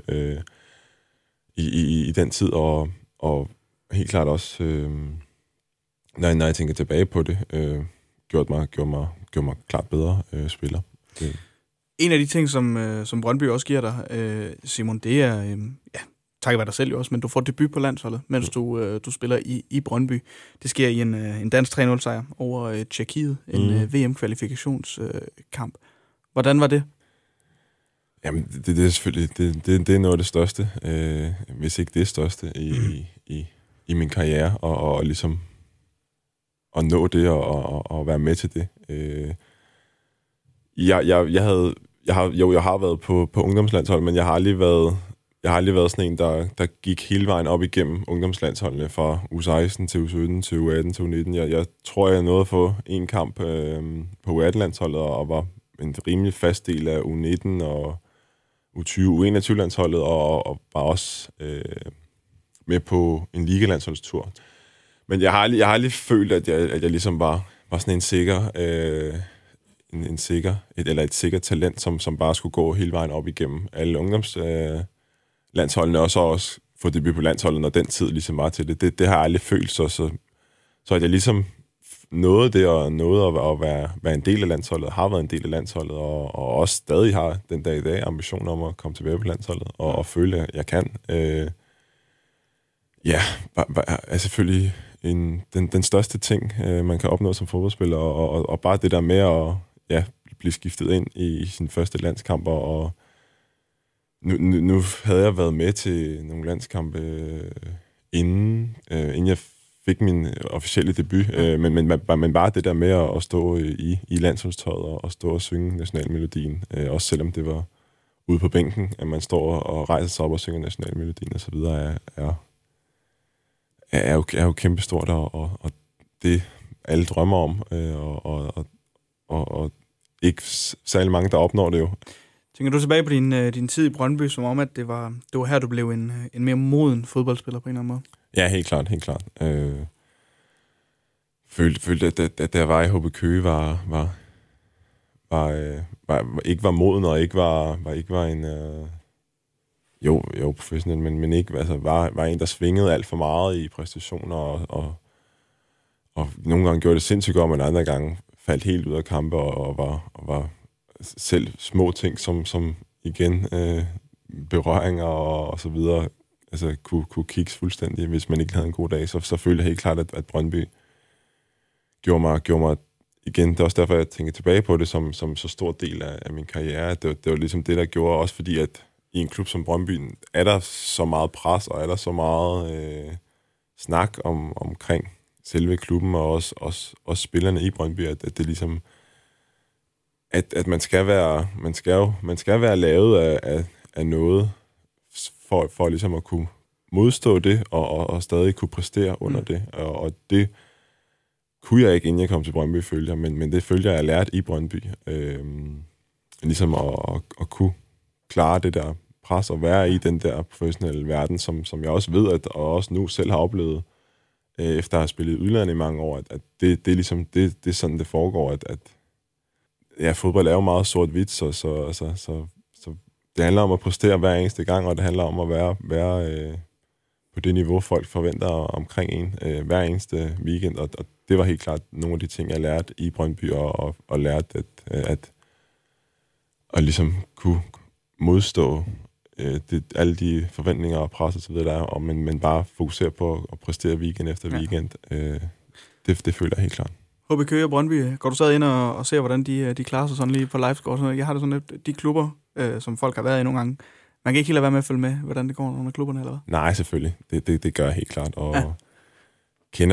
i den tid, og helt klart også, når jeg tænker tilbage på det, gjorde mig klart bedre spiller. En af de ting, som Brøndby også giver dig, Simon, det er, takket være dig selv jo også, men du får debut på landsholdet, mens du spiller i Brøndby. Det sker i en dansk 3-0-sejr over Tjekkiet, en VM-kvalifikationskamp. Hvordan var det? Jamen, det er selvfølgelig det er noget af det største, hvis ikke det største i min karriere, og ligesom at nå det og være med til det. Jeg har været på ungdomslandshold, men jeg har aldrig været sådan en, der gik hele vejen op igennem ungdomslandsholdene fra U16 til U17 til U18 til U19. Jeg tror, jeg nåede at få en kamp på U18-landsholdet, og var en rimelig fast del af U19 og U20, U21-landsholdet, og var også med på en ligalandsholdstur. Men jeg har aldrig følt, at jeg ligesom var sådan en sikker... et sikkert talent, som bare skulle gå hele vejen op igennem alle ungdomslandsholdene, og så også få debut på landsholdet, når den tid ligesom var til det. Det har jeg aldrig følt, så at jeg ligesom nåede det, og nåede at være en del af landsholdet, har været en del af landsholdet, og også stadig har den dag i dag ambitioner om at komme tilbage på landsholdet, og føle, at jeg kan. Er selvfølgelig den største ting, man kan opnå som fodboldspiller, og bare det der med at blive skiftet ind i sin første landskamp, og nu havde jeg været med til nogle landskampe inden jeg fik min officielle debut, men bare det der med at stå i landsholdstøjet og stå og synge nationalmelodien, også selvom det var ude på bænken, at man står og rejser sig op og synger nationalmelodien og så videre, er jo kæmpestort, og det alle drømmer om, og ikke særlig mange, der opnår det jo. Tænker du tilbage på din tid i Brøndby, som om, at det var her, du blev en mere moden fodboldspiller på en eller anden måde? Ja, helt klart. Følte, at der var i HB Køge, ikke var moden, og ikke var en... Jo, professionel, men ikke, altså, var en, der svingede alt for meget i præstationer, og nogle gange gjorde det sindssygt godt, men andre gange faldt helt ud af kampe, og var selv små ting, som igen berøringer og så videre, altså kunne kigge fuldstændig, hvis man ikke havde en god dag, så følte jeg helt klart, at Brøndby gjorde mig igen. Det er også derfor, jeg tænker tilbage på det som så stor del af min karriere. Det var ligesom det, der gjorde, også fordi, at i en klub som Brøndby er der så meget pres, og er der så meget snak omkring selve klubben, og også spillerne i Brøndby, at det ligesom, at man skal være lavet af noget, for ligesom at kunne modstå det, og stadig kunne præstere under det. Og det kunne jeg ikke, inden jeg kom til Brøndby, følte jeg, men det følte jeg lært i Brøndby. Ligesom at kunne klare det der pres, og være i den der professionelle verden, som jeg også ved, og også nu selv har oplevet, efter at have spillet i udlandet i mange år, at det er ligesom, det er sådan, det foregår, at fodbold er jo meget sort-hvidt, så det handler om at præstere hver eneste gang, og det handler om at være på det niveau, folk forventer omkring en hver eneste weekend, og det var helt klart nogle af de ting, jeg lærte i Brøndby, og lærte at ligesom kunne modstå alle de forventninger og pres og så videre, der er, og men bare fokusere på at præstere weekend efter weekend. Det føler jeg helt klart. HB Køge og Brøndby, går du så ind og ser, hvordan de klarer sig sådan lige på livescore? Jeg har det sådan lidt, de klubber, som folk har været i nogle gange, man kan ikke helt lade være med at følge med, hvordan det går under klubberne, eller hvad? Nej, selvfølgelig. Det gør jeg helt klart, og kender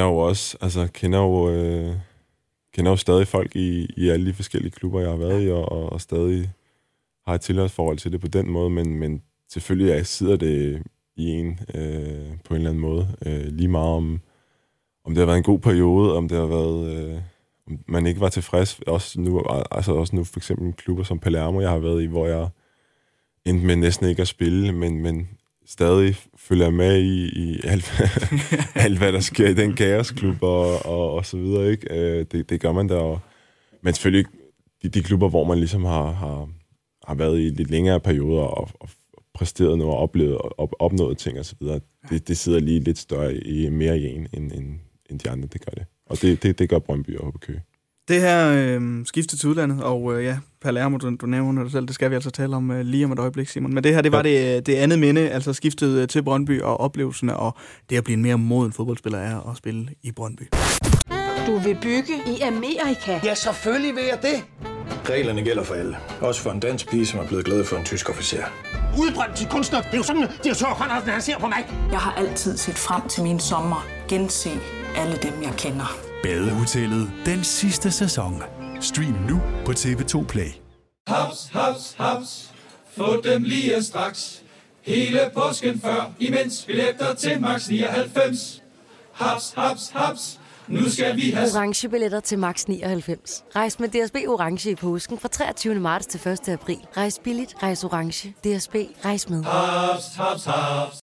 jo stadig folk i alle de forskellige klubber, jeg har været i, og stadig har et tilhørsforhold til det på den måde, men selvfølgelig sidder det i en på en eller anden måde. Lige meget om det har været en god periode, om det har været om man ikke var tilfreds. Også nu for eksempel klubber som Palermo, jeg har været i, hvor jeg endte med næsten ikke at spille, men stadig følger med i alt, hvad der sker i den kaosklub og så videre, ikke? Det gør man der. Men selvfølgelig de klubber, hvor man ligesom har været i lidt længere perioder og præsteret noget og oplevet og opnået ting og så videre, det sidder lige lidt større mere i en end de andre, det gør det. Og det gør Brøndby og HB Køge. Det her skifte til udlandet, og Palermo, du nævner det selv, det skal vi altså tale om lige om et øjeblik, Simon. Men det her, det var det andet minde, altså skiftet til Brøndby og oplevelserne, og det at blive en mere moden fodboldspiller er at spille i Brøndby. Du vil bygge i Amerika? Ja, selvfølgelig vil jeg det. Reglerne gælder for alle. Også for en dansk pige, som er blevet glad for en tysk officer. Udbrændt til kunstner. Det er jo sådan, at direktør Conradsen, han ser på mig. Jeg har altid set frem til min sommer. Gense alle dem, jeg kender. Badehotellet den sidste sæson. Stream nu på TV2 Play. Haps, haps, haps. Få dem lige straks. Hele påsken før, imens billetter til max 99. Haps, haps, haps. Nu skal vi have orange billetter til max 99. Rejs med DSB Orange i påsken fra 23. marts til 1. april. Rejs billigt, rejs orange. DSB, rejs med. haps, haps, haps.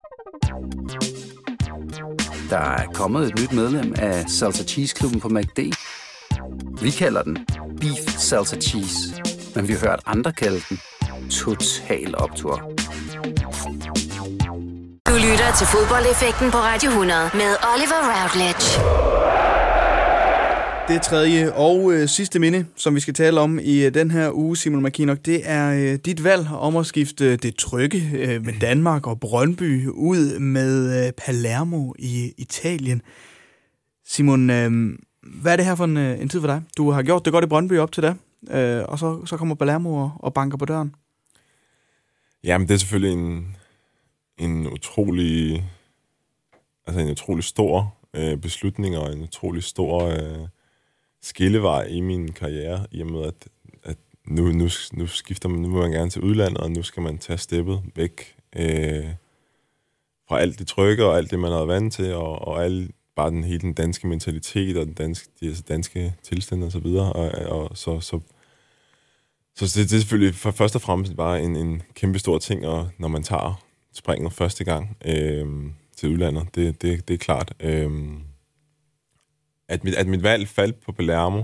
Der er kommet et nyt medlem af Salsa Cheese Klubben på McD. Vi kalder den Beef Salsa Cheese, men vi har hørt andre kalde den Total Optur. Du lytter til Fodboldeffekten på Radio 100 med Oliver Routledge. Det tredje og sidste minde, som vi skal tale om i den her uge, Simon McKinnock, det er dit valg om at skifte det trygge med Danmark og Brøndby ud med Palermo i Italien. Simon, hvad er det her for en tid for dig? Du har gjort det godt i Brøndby op til da, og så kommer Palermo og banker på døren. Jamen, det er selvfølgelig en utrolig stor beslutning og en utrolig stor skillevej i min karriere, i og med at nu skifter man, nu må man gerne til udlandet, og nu skal man tage steppet væk fra alt det trygge og alt det, man har vant til, og bare hele den danske mentalitet og de danske tilstande og så videre. Og så det er selvfølgelig først og fremmest bare en kæmpe stor ting, og når man tager springet første gang til udlandet, det er klart. At mit valg faldt på Palermo,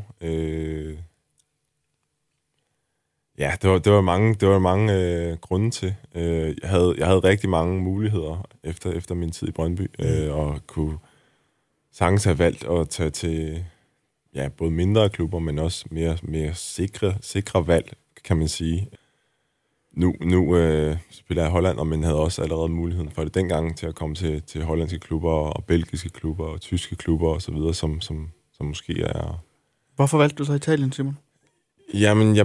det var mange grunde til. Jeg havde rigtig mange muligheder efter min tid i Brøndby, og kunne sagtens have valgt at tage til både mindre klubber, men også mere sikre valg, kan man sige. Nu spiller jeg i Holland, og man havde også allerede muligheden for det dengang til at komme til hollandske klubber og belgiske klubber og tyske klubber og så videre, som måske er... Hvorfor valgte du så Italien, Simon? Jamen,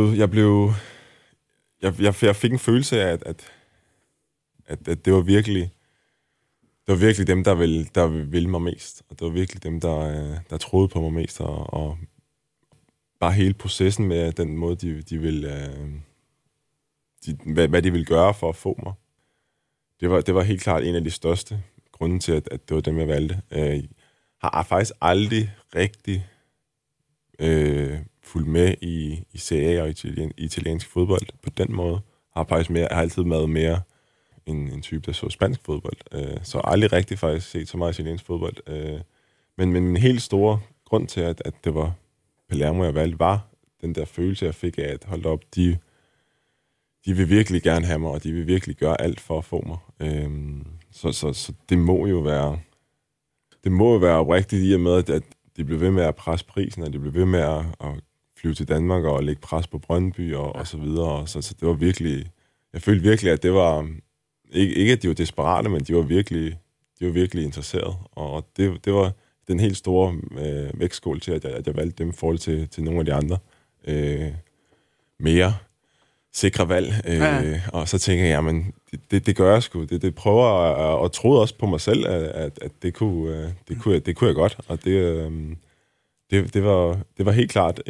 jeg fik en følelse af, at det var virkelig dem, der ville mig mest, og det var virkelig dem, der troede på mig mest, og bare hele processen med den måde, de ville... hvad de ville gøre for at få mig. Det var helt klart en af de største grunde til, at det var dem, jeg valgte. Jeg har faktisk aldrig rigtig fulgt med i Serie A og italiensk fodbold på den måde. Jeg har altid været mere en type, der så spansk fodbold. Så aldrig rigtig faktisk set så meget italiensk fodbold. Men en helt store grund til, at det var Palermo, jeg valgte, var den der følelse, jeg fik af, at holde op, de vil virkelig gerne have mig, og de vil virkelig gøre alt for at få mig. Så det må jo være oprigtigt i og med, at de blev ved med at presse prisen, og de blev ved med at flyve til Danmark og lægge pres på Brøndby og så videre. Så det var virkelig... jeg følte virkelig, at det var... Ikke at de var desperate, men de var virkelig interesserede. Og det var den helt store vægtskål til, at jeg valgte dem i forhold til nogle af de andre mere sikre valg. Og så tænker jeg, jamen, det gør jeg sgu. Det prøver og troede også på mig selv, at det kunne jeg godt. Og det var helt klart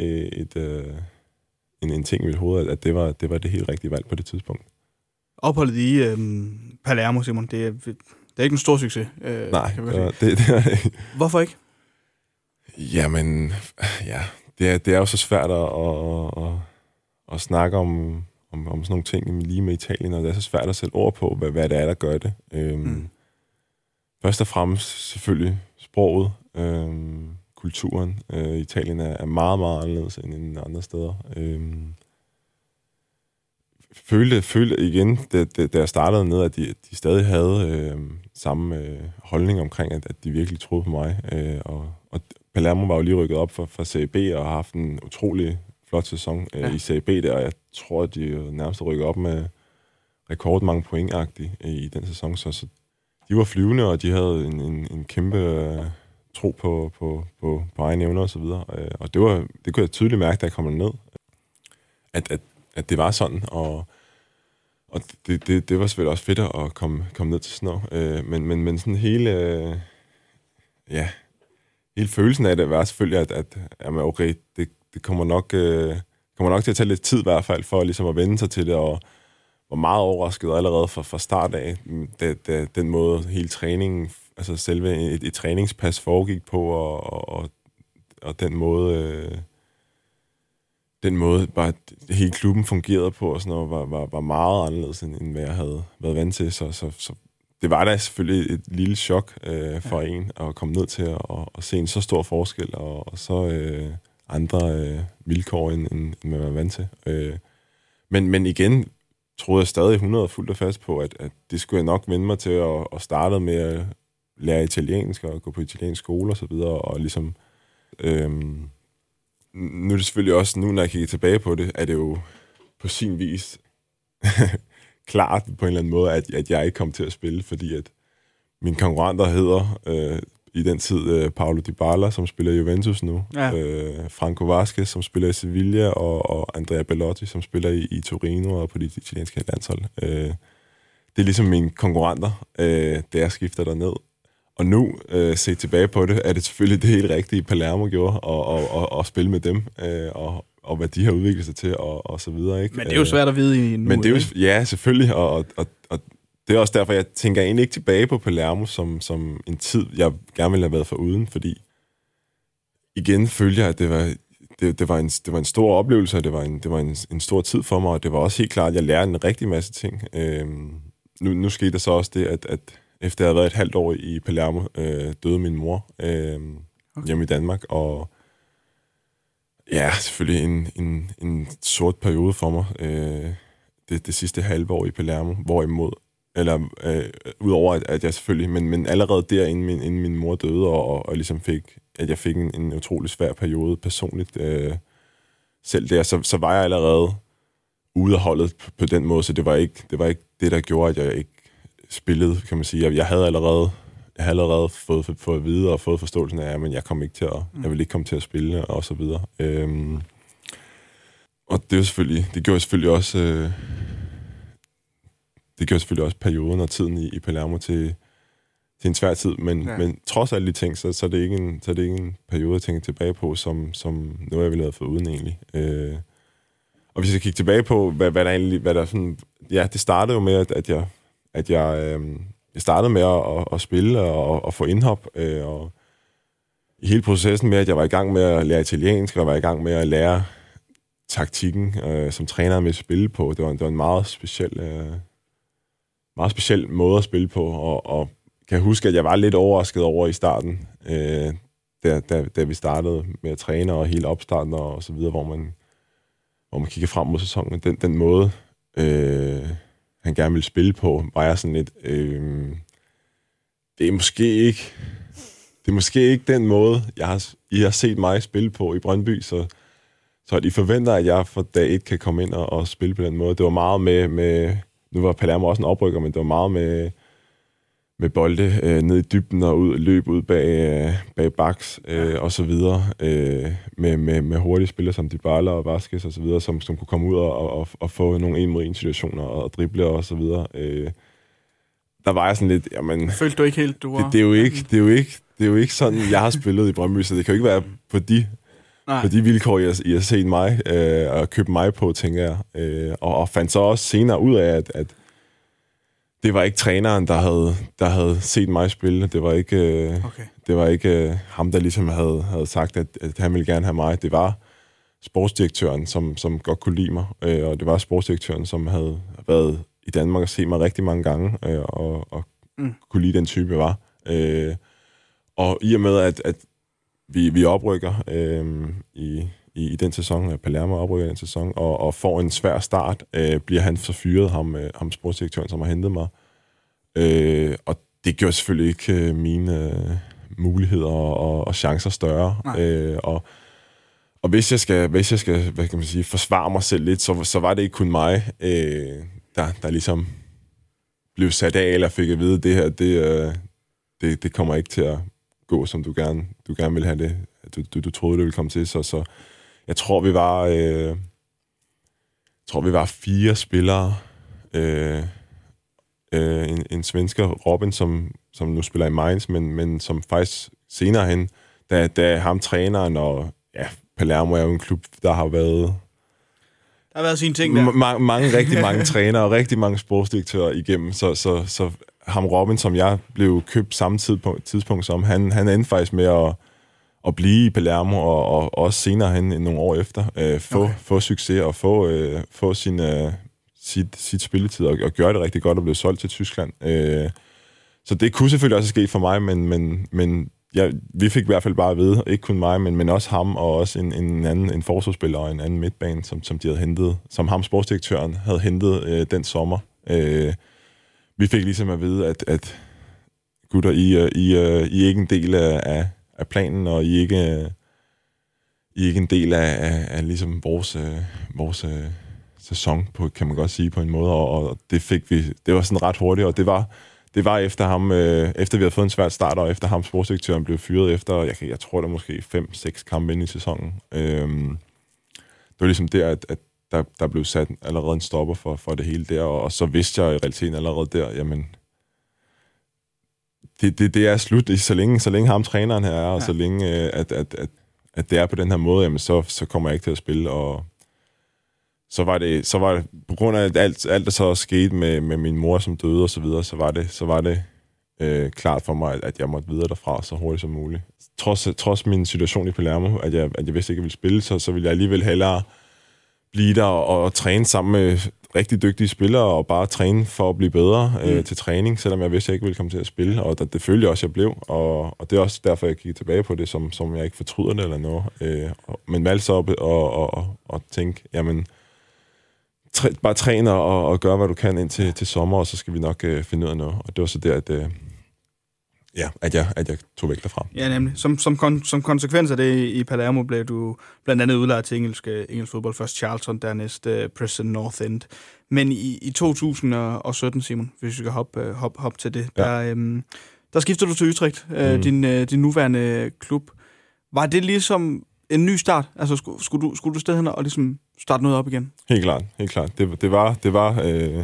en ting i mit hoved, at det var det helt rigtige valg på det tidspunkt. Opholdet i Palermo, Simon, det er ikke en stor succes. Nej, det er ikke. Hvorfor ikke? Jamen, ja, det er jo så svært at snakke om sådan nogle ting lige med Italien, og det er så svært at sætte ord på, hvad det er, der gør det. Først og fremmest selvfølgelig sproget, kulturen. Italien er meget, meget anderledes end andre steder. Følte igen, da jeg startede ned, at de stadig havde samme holdning omkring, at de virkelig troede på mig. Og Palermo var jo lige rykket op fra Serie B og har haft en utrolig flot sæson i Serie B der, og jeg tror, at de nærmest rykkede op med rekordmange pointagtigt i den sæson. Så de var flyvende, og de havde en kæmpe tro på egne evner og så videre. Og det kunne jeg tydeligt mærke, da jeg kom ned, at det var sådan, og det var selvfølgelig også fedt at komme ned til sådan noget. Men sådan hele følelsen af det var selvfølgelig, at jamen okay, det kommer nok til at tage lidt tid i hvert fald, for ligesom at vende sig til det, og var meget overrasket allerede fra start af, da den måde hele træningen, altså selve et træningspas foregik på, og den måde bare hele klubben fungerede på og sådan noget, var meget anderledes, end hvad jeg havde været vant til. Så det var da selvfølgelig et lille chok for en at komme ned til at se en så stor forskel, og så andre vilkår, end man var vant til. Men igen troede jeg stadig 100 fuldt og fast på, at det skulle jeg nok vende mig til at starte med at lære italiensk og gå på italiensk skole og så videre, og ligesom... Nu er det selvfølgelig også, nu når jeg kigger tilbage på det, er det jo på sin vis klart på en eller anden måde, at jeg ikke kom til at spille, fordi at mine konkurrenter hedder i den tid Paolo Dybala, som spiller i Juventus nu, Franco Vasquez, som spiller i Sevilla, og Andrea Bellotti, som spiller i Torino og på det italienske landshold. Det er ligesom mine konkurrenter, da jeg skifter derned. Og nu, set tilbage på det, er det selvfølgelig det helt rigtige, Palermo gjorde, og spille med dem, og hvad de har udviklet sig til, og så videre. Ikke? Men det er jo svært at vide i nu. Men det er jo, ja, selvfølgelig, og det er også derfor, jeg tænker egentlig ikke tilbage på Palermo som en tid, jeg gerne ville have været foruden, fordi igen følte jeg, at det var en stor oplevelse, og det var en stor tid for mig, og det var også helt klart, at jeg lærte en rigtig masse ting. Nu skete der så også det, at efter jeg havde været et halvt år i Palermo, døde min mor hjemme i Danmark, og ja, selvfølgelig en sort periode for mig, det sidste halve år i Palermo, udover at jeg selvfølgelig, men allerede der, inden min mor døde, og ligesom jeg fik en utrolig svær periode personligt, selv der, så var jeg allerede ude af holdet på den måde, så det var ikke det, der gjorde, at jeg ikke spillede, kan man sige. Jeg havde allerede fået at vide og fået forståelsen af, men jeg ville ikke komme til at spille, og så videre. Og det gjorde selvfølgelig også perioden og tiden i Palermo til en svær tid, men trods alle de ting, så er det ikke en periode, jeg tænker tilbage på, som noget, jeg ville have fået uden egentlig. Og hvis jeg kigger tilbage på, hvad der sådan... Ja, det startede jo med, at jeg startede med at spille og få indhop, og i hele processen med, at jeg var i gang med at lære italiensk, og var i gang med at lære taktikken, som træner med at spille på. Det var en meget speciel måde at spille på, og kan huske, at jeg var lidt overrasket over i starten, da vi startede med at træne, og hele opstarten og så videre, hvor man kigger frem mod sæsonen. Den måde, han gerne ville spille på, var jeg sådan lidt, det er måske ikke den måde, I har set mig spille på i Brøndby, så I forventer, at jeg for dag 1 kan komme ind og spille på den måde. Det var meget med nu var Palermo også en oprykker, men det var meget med bolde ned i dybden og løb ud bag baks og så videre. Med hurtige spillere som Dybala og Vázquez og så videre, som kunne komme ud og få nogle 1-mod-1 situationer og drible og så videre. Der var jeg sådan lidt, jamen... Følte du ikke helt, du var... Det er jo ikke sådan, jeg har spillet i Brøndby, så det kan jo ikke være på de vilkår, I har set mig og købt mig på, tænker jeg. Og fandt så også senere ud af, at det var ikke træneren, der havde set mig spille. Det var ikke ham, der ligesom havde sagt, at han ville gerne have mig. Det var sportsdirektøren, som godt kunne lide mig. Og det var sportsdirektøren, som havde været i Danmark og set mig rigtig mange gange, og kunne lide den type, jeg var. Og i og med, at vi oprykker i den sæson, Palermo oprykker den sæson, og får en svær start, bliver han så fyret, ham sportsdirektøren, som har hentet mig. Og det gjorde selvfølgelig ikke mine muligheder og chancer større. Og hvis jeg skal, hvad kan man sige, forsvare mig selv lidt, så var det ikke kun mig, der ligesom blev sat af, eller fik at vide, det her, det kommer ikke til at gå, som du gerne vil have det. Du troede, det ville komme til. Så jeg tror, vi var 4 spillere. En svensker, Robin, som nu spiller i Mainz, men som faktisk senere hen, da ham træneren, og ja, Palermo er jo en klub, der har været... Der har været sine ting der. Rigtig mange trænere og rigtig mange sportsdirektører igennem, så ham Robin, som jeg blev købt samme tidspunkt som, han endte faktisk med at blive i Palermo, og også senere hen nogle år efter, få succes og få sit spilletid og gøre det rigtig godt og blive solgt til Tyskland. Så det kunne selvfølgelig også ske for mig, men vi fik i hvert fald bare at vide, ikke kun mig, men også ham og også en forsvarsspiller og en anden midtbane, som de havde hentet, som ham sportsdirektøren havde hentet den sommer. Vi fik ligesom at vide, at gutter, I er ikke en del af planen, og I er ikke en del af ligesom vores sæson, kan man godt sige på en måde, og det fik vi. Det var sådan ret hurtigt, og det var efter ham, efter vi havde fået en svær start, og efter ham sportsdirektøren blev fyret efter, jeg tror der måske 5-6 kampe ind i sæsonen. Det var ligesom der, at der blev sat allerede en stopper for det hele der, og så vidste jeg i realiteten allerede der, jamen, det er slut, så længe ham træneren her er, og så længe at det er på den her måde, jamen, så kommer jeg ikke til at spille, og så var det på grund af alt der så skete med min mor, som døde og så videre, så var det klart for mig, at jeg måtte videre derfra så hurtigt som muligt. Trods min situation i Palermo, at jeg vidste ikke, at jeg ville spille, så ville jeg alligevel hellere blive der og træne sammen med rigtig dygtige spillere, og bare træne for at blive bedre til træning, selvom jeg vidste, at jeg ikke ville komme til at spille, og det følte jeg også, jeg blev, og det er også derfor, jeg gik tilbage på det, som jeg ikke fortryder det eller noget. Men valgte så op og tænke, jamen, bare træne og gøre, hvad du kan ind til sommer, og så skal vi nok finde ud af noget. Og det var så der, at jeg tog væk derfra. Ja, nemlig. Som konsekvens af det i Palermo blev du blandt andet udlejet til engelsk fodbold. Først Charlton, dernæst Preston North End. Men i 2017, Simon, hvis vi skal hoppe til det, der skifter du til Utrecht, din nuværende klub. Var det ligesom en ny start? Altså, skulle du sted hen og ligesom starte noget op igen? Helt klart. Det var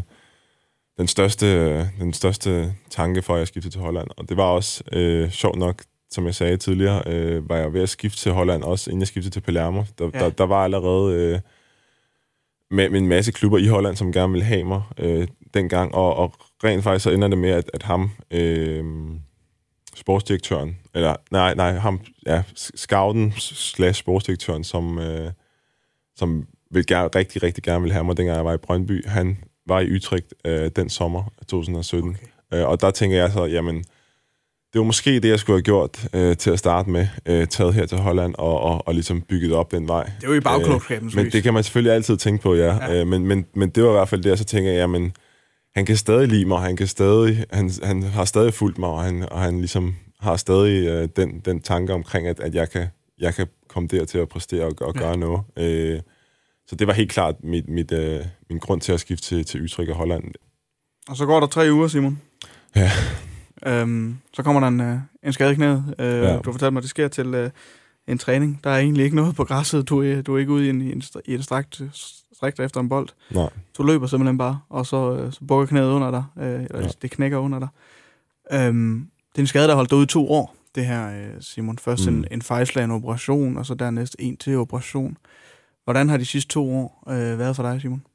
den største tanke for, at jeg skiftede til Holland. Og det var også sjovt nok, som jeg sagde tidligere, var jeg ved at skifte til Holland, også inden jeg skiftede til Palermo. Der var allerede med en masse klubber i Holland, som gerne ville have mig dengang. Og rent faktisk så ender det med, at ham, sportsdirektøren, eller nej, ham, scouten / sportsdirektøren, som rigtig, rigtig gerne ville have mig, dengang jeg var i Brøndby, han var i Utrecht den sommer 2017. Okay. Og der tænker jeg så, jamen, det var måske det, jeg skulle have gjort til at starte med, taget her til Holland og ligesom bygget op den vej. Det var jo bagklogskabens men det kan man selvfølgelig altid tænke på, ja. Men det var i hvert fald det, så tænker jeg, jamen, han kan stadig lide mig, han har stadig fulgt mig, og han ligesom har stadig den tanke omkring, at jeg kan komme der til at præstere og gøre noget. Så det var helt klart min grund til at skifte til Utrecht og Holland. Og så går der 3 uger, Simon. Ja. Så kommer der en skade i knæet. Ja. Du fortalte mig, at det sker til en træning. Der er egentlig ikke noget på græsset. Du er ikke ude i en strækt efter en bold. Nej. Du løber simpelthen bare, og så bukker knæet under dig. Eller det knækker under dig. Det er en skade, der har holdt dig ude i 2 år, det her, Simon. Først en fejlslagen operation, og så dernæst en til operation. Hvordan har de sidste 2 år været for dig, Simon?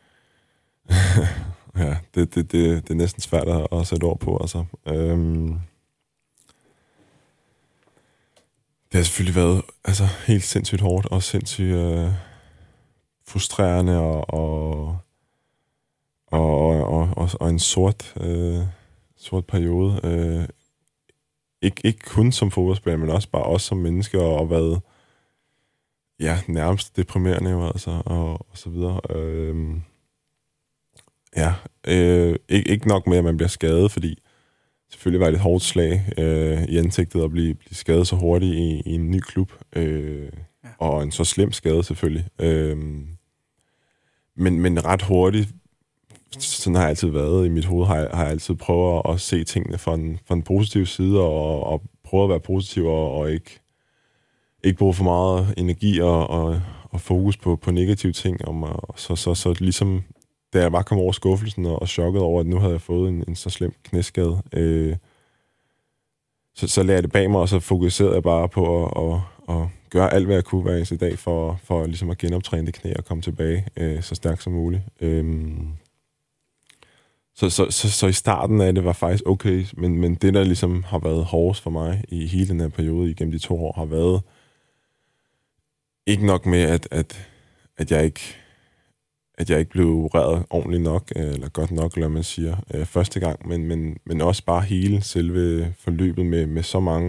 Ja, det er næsten svært at sætte ord på, altså. Det har selvfølgelig været helt sindssygt hårdt, og sindssygt frustrerende, og en sort periode. Ikke kun som fodboldspiller, men også bare os som mennesker, og været nærmest deprimerende, jo, altså, og så videre. Ikke nok med, at man bliver skadet, fordi selvfølgelig var det et hårdt slag i ansigtet at blive skadet så hurtigt i en ny klub. Og en så slem skade selvfølgelig. Men ret hurtigt, sådan har jeg altid været i mit hoved, har jeg altid prøvet at se tingene fra en positiv side, og prøve at være positiv, og ikke bruge for meget energi og fokus på negative ting. Så ligesom, da jeg bare kom over skuffelsen og chokket over, at nu havde jeg fået en så slem knæskade, så lagde jeg det bag mig, og så fokuserede jeg bare på at gøre alt, hvad jeg kunne hver eneste dag, for ligesom at genoptræne det knæ og komme tilbage så stærkt som muligt. Så i starten af det var faktisk okay, men det, der ligesom har været hårdest for mig i hele den her periode, igennem de 2 år, har været ikke nok med, at jeg ikke blev opereret ordentligt nok, eller godt nok, eller man siger, første gang, men også bare hele selve forløbet med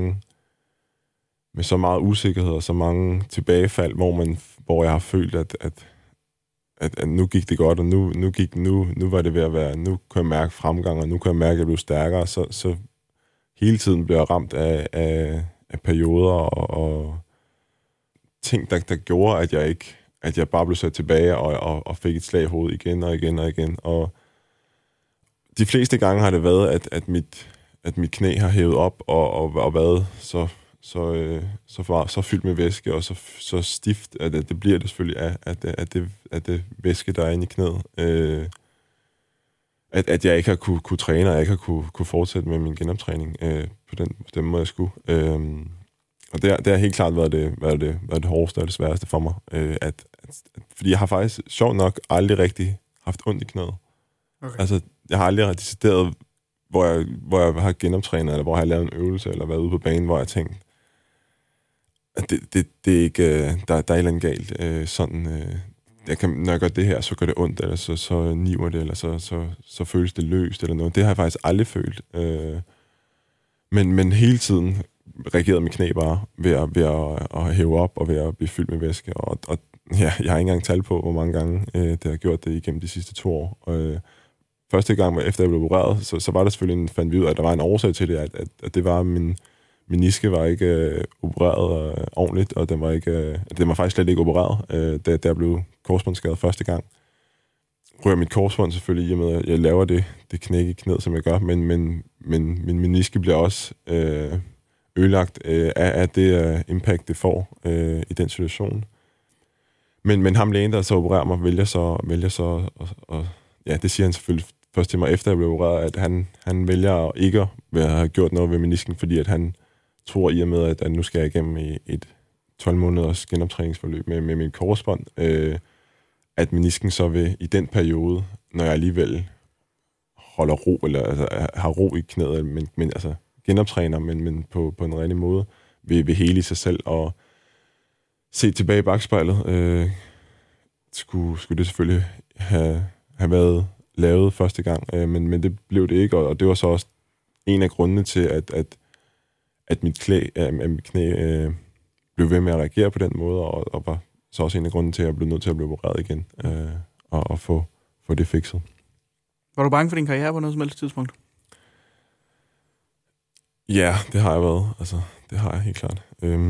så meget usikkerhed og så mange tilbagefald, hvor jeg har følt, at nu gik det godt, og nu var det ved at være, nu kunne jeg mærke fremgang, og nu kunne jeg mærke, at jeg blev stærkere, så hele tiden blev jeg ramt af perioder og ting, der gjorde, at jeg bare blev sat tilbage og fik et slag i hovedet igen og igen og igen. Og de fleste gange har det været, at mit knæ har hævet op og været så fyldt med væske og så stift, at det bliver det selvfølgelig af, at det væske, der er inde i knæet. At jeg ikke har kunne træne, og jeg ikke har kunne fortsætte med min genoptræning på den måde, jeg skulle. Og det har helt klart været det hårdeste og det sværeste for mig. Fordi jeg har faktisk, sjovt nok, aldrig rigtig haft ondt i knæet. Okay. Altså, jeg har aldrig decideret, hvor jeg har genoptrænet, eller hvor jeg har lavet en øvelse, eller været ude på banen, hvor jeg tænkte, at det er ikke, der er et eller andet galt. Når jeg gør det her, så gør det ondt, eller så niver det, eller så føles det løst, eller noget. Det har jeg faktisk aldrig følt. Men hele tiden reagerede mit knæ bare ved at hæve op, og ved at blive fyldt med væske. Og jeg har ikke engang tal på, hvor mange gange det har gjort det igennem de sidste 2 år. Første gang, efter jeg blev opereret, så var der selvfølgelig fandt vi ud af, at der var en årsag til det, at det var, min meniske var ikke opereret ordentligt, og den var faktisk slet ikke opereret, da jeg blev korsbåndsskadet første gang. Rører mit korsbånd selvfølgelig, i og med, at jeg laver det knæk i knæet, som jeg gør, men min meniske bliver også ødelagt af det impact, det får i den situation. Men ham lægen, der så opererer mig, vælger så og ja, det siger han selvfølgelig først til mig, efter jeg blev opereret, at han vælger ikke at have gjort noget ved menisken, fordi at han tror i og med, at nu skal jeg igennem i et 12 måneders genoptræningsforløb med min korsbånd, at menisken så vil i den periode, når jeg alligevel holder ro, eller har ro i knæet, men altså genoptræner, men på en rigtig måde, vil hele i sig selv, og se tilbage i bagspejlet, skulle det selvfølgelig have været lavet første gang, men det blev det ikke, og det var så også en af grundene til, at mit knæ blev ved med at reagere på den måde, og var så også en af grunden til, at jeg blev nødt til at blive opereret igen, og få det fikset. Var du bange for din karriere på noget som helst tidspunkt? Ja, det har jeg været. Altså, det har jeg helt klart.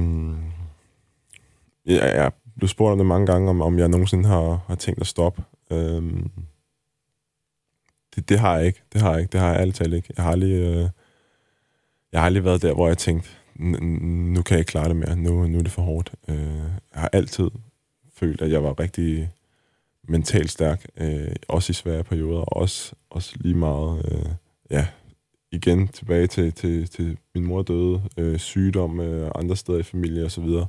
Jeg blev spurgt om det mange gange, om jeg nogensinde har tænkt at stoppe. Det har jeg ikke. Det har jeg ærligt talt ikke. Jeg har aldrig været der, hvor jeg tænkte, nu kan jeg ikke klare det mere. Nu er det for hårdt. Jeg har altid følt, at jeg var rigtig mentalt stærk. Også i svære perioder. Og også lige meget... igen tilbage til min mor døde, sygdom, andre steder i familie og så videre.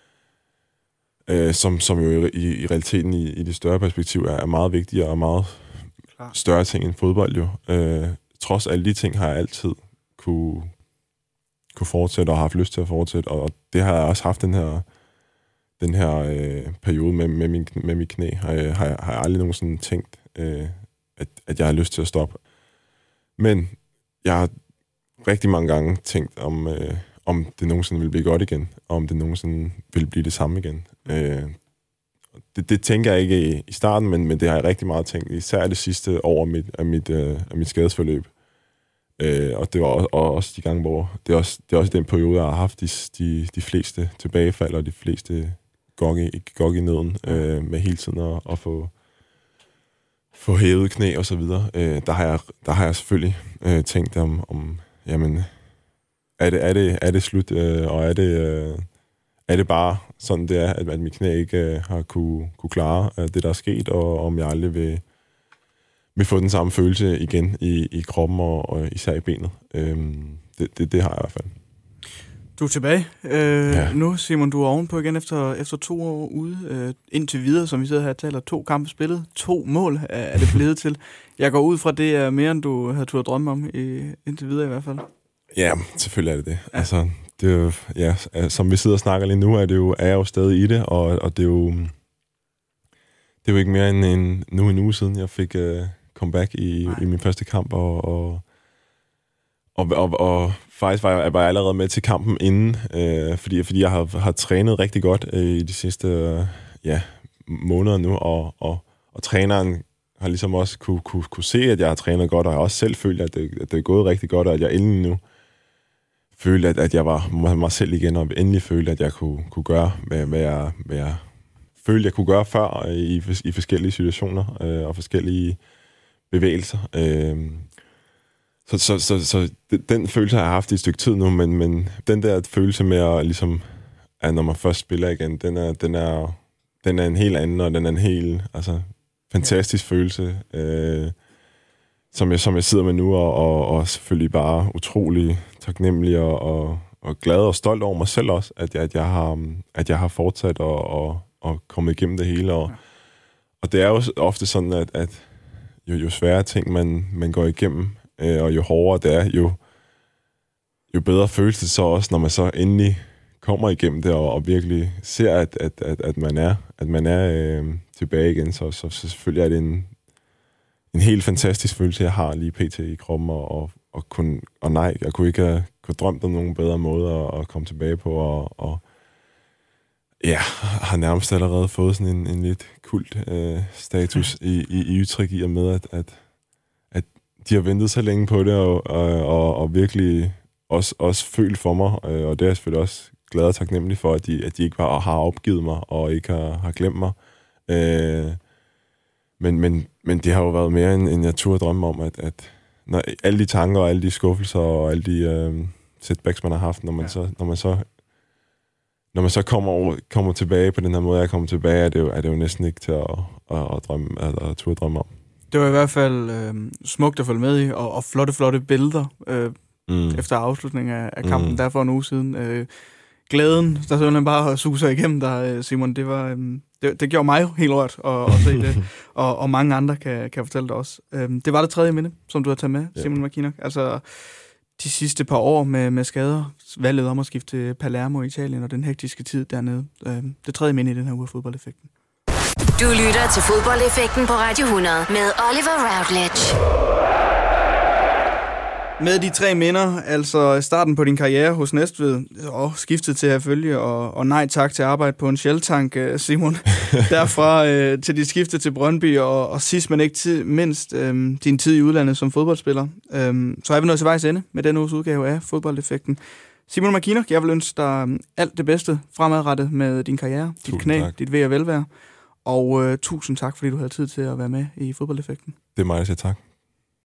Som jo i realiteten i det større perspektiv er meget vigtigere og meget større ting end fodbold jo. Trods alle de ting har jeg altid kunne fortsætte og har haft lyst til at fortsætte, og det har jeg også haft den her periode med mit knæ. Har jeg aldrig nogensinde tænkt, at jeg har lyst til at stoppe. Men jeg har rigtig mange gange tænkt om det nogensinde vil blive godt igen, og om det nogensinde vil blive det samme igen. Det tænker jeg ikke i starten, men det har jeg rigtig meget tænkt, især det sidste år af mit skadesforløb. Og det var også de gange, hvor det er også den periode, jeg har haft de fleste tilbagefald og de fleste gok i nøden, med hele tiden at få hævet knæ og så videre. Der har jeg selvfølgelig tænkt om jamen, er det slut, og er det bare sådan, det er, at mit knæ ikke har kunne klare det, der er sket, og om jeg aldrig vil få den samme følelse igen i kroppen, og især i benet. Det har jeg i hvert fald. Du er tilbage nu, Simon. Du er ovenpå igen efter 2 år ude. Indtil videre, som vi sidder her og taler, 2 kampe spillet, 2 mål er det blevet til. Jeg går ud fra, det er mere, end du havde turde drømme om, indtil videre i hvert fald. Ja, selvfølgelig er det det. Ja. Altså, det er jo, som vi sidder og snakker lige nu, er jeg jo stadig i det, og det er jo ikke mere end en uge siden, jeg fik comeback i min første kamp, og faktisk var jeg allerede med til kampen inden, fordi jeg har trænet rigtig godt i de sidste måneder nu, og træneren har ligesom også kunne se, at jeg har trænet godt, og jeg har også selv følt, at det er gået rigtig godt, og at jeg endelig nu følte, at jeg var mig selv igen, og endelig følte, at jeg kunne gøre, hvad jeg følte, jeg kunne gøre før i forskellige situationer og forskellige bevægelser. Så den følelse har jeg haft i et stykke tid nu, men den der følelse med at ligesom, at når man først spiller igen, den er en helt anden, og den er en helt fantastisk følelse, som jeg sidder med nu, og selvfølgelig bare utrolig taknemmelig og glad og stolt over mig selv også, at jeg har fortsat og kommet igennem det hele. Og det er jo ofte sådan, at jo sværere ting man går igennem, og jo hårdere det er, jo bedre føles det så også, når man så endelig kommer igennem det, og virkelig ser, at man er tilbage igen. Så selvfølgelig er det en helt fantastisk følelse, jeg har lige pt. I kroppen, og nej, jeg kunne ikke have drømt om nogen bedre måde at komme tilbage på, og har nærmest allerede fået sådan en lidt kult status i Utrecht, i og med, at de har ventet så længe på det, og virkelig også følt for mig, og det er jeg selvfølgelig også glad og taknemmelig for, at de ikke bare har opgivet mig, og ikke har glemt mig. Men det har jo været mere, end jeg turde drømme om, at når alle de tanker, og alle de skuffelser, og alle de setbacks, man har haft, når man så kommer tilbage på den her måde, jeg kommer tilbage, er det jo næsten ikke til at turde drømme om. Det var i hvert fald smukt at følge med i, og flotte billeder efter afslutningen af kampen der for en uge siden. Glæden, der simpelthen bare suser igennem dig, Simon, det gjorde mig jo helt rørt at se det, og mange andre kan fortælle det også. Det var det 3. minde, som du har taget med, Simon McKinnock. Altså, de sidste par år med skader, valget om at skifte til Palermo i Italien, og den hektiske tid dernede. Det 3. minde i den her uge af Fodboldeffekten. Du lytter til Fodboldeffekten på Radio 100 med Oliver Routledge. Med de 3 minder, altså starten på din karriere hos Næstved, og skiftet til at følge, og nej tak til arbejde på en Shell-tank, Simon. Derfra til dit skifte til Brøndby, og sidst men ikke mindst din tid i udlandet som fodboldspiller. Så er vi nået til vejs ende med denne uges udgave af Fodboldeffekten. Simon McKinnock, jeg vil ønske dig alt det bedste fremadrettet med din karriere, dit knæ, dit ved og velvære. Og tusind tak, fordi du havde tid til at være med i Fodboldeffekten. Det er mig, der siger tak.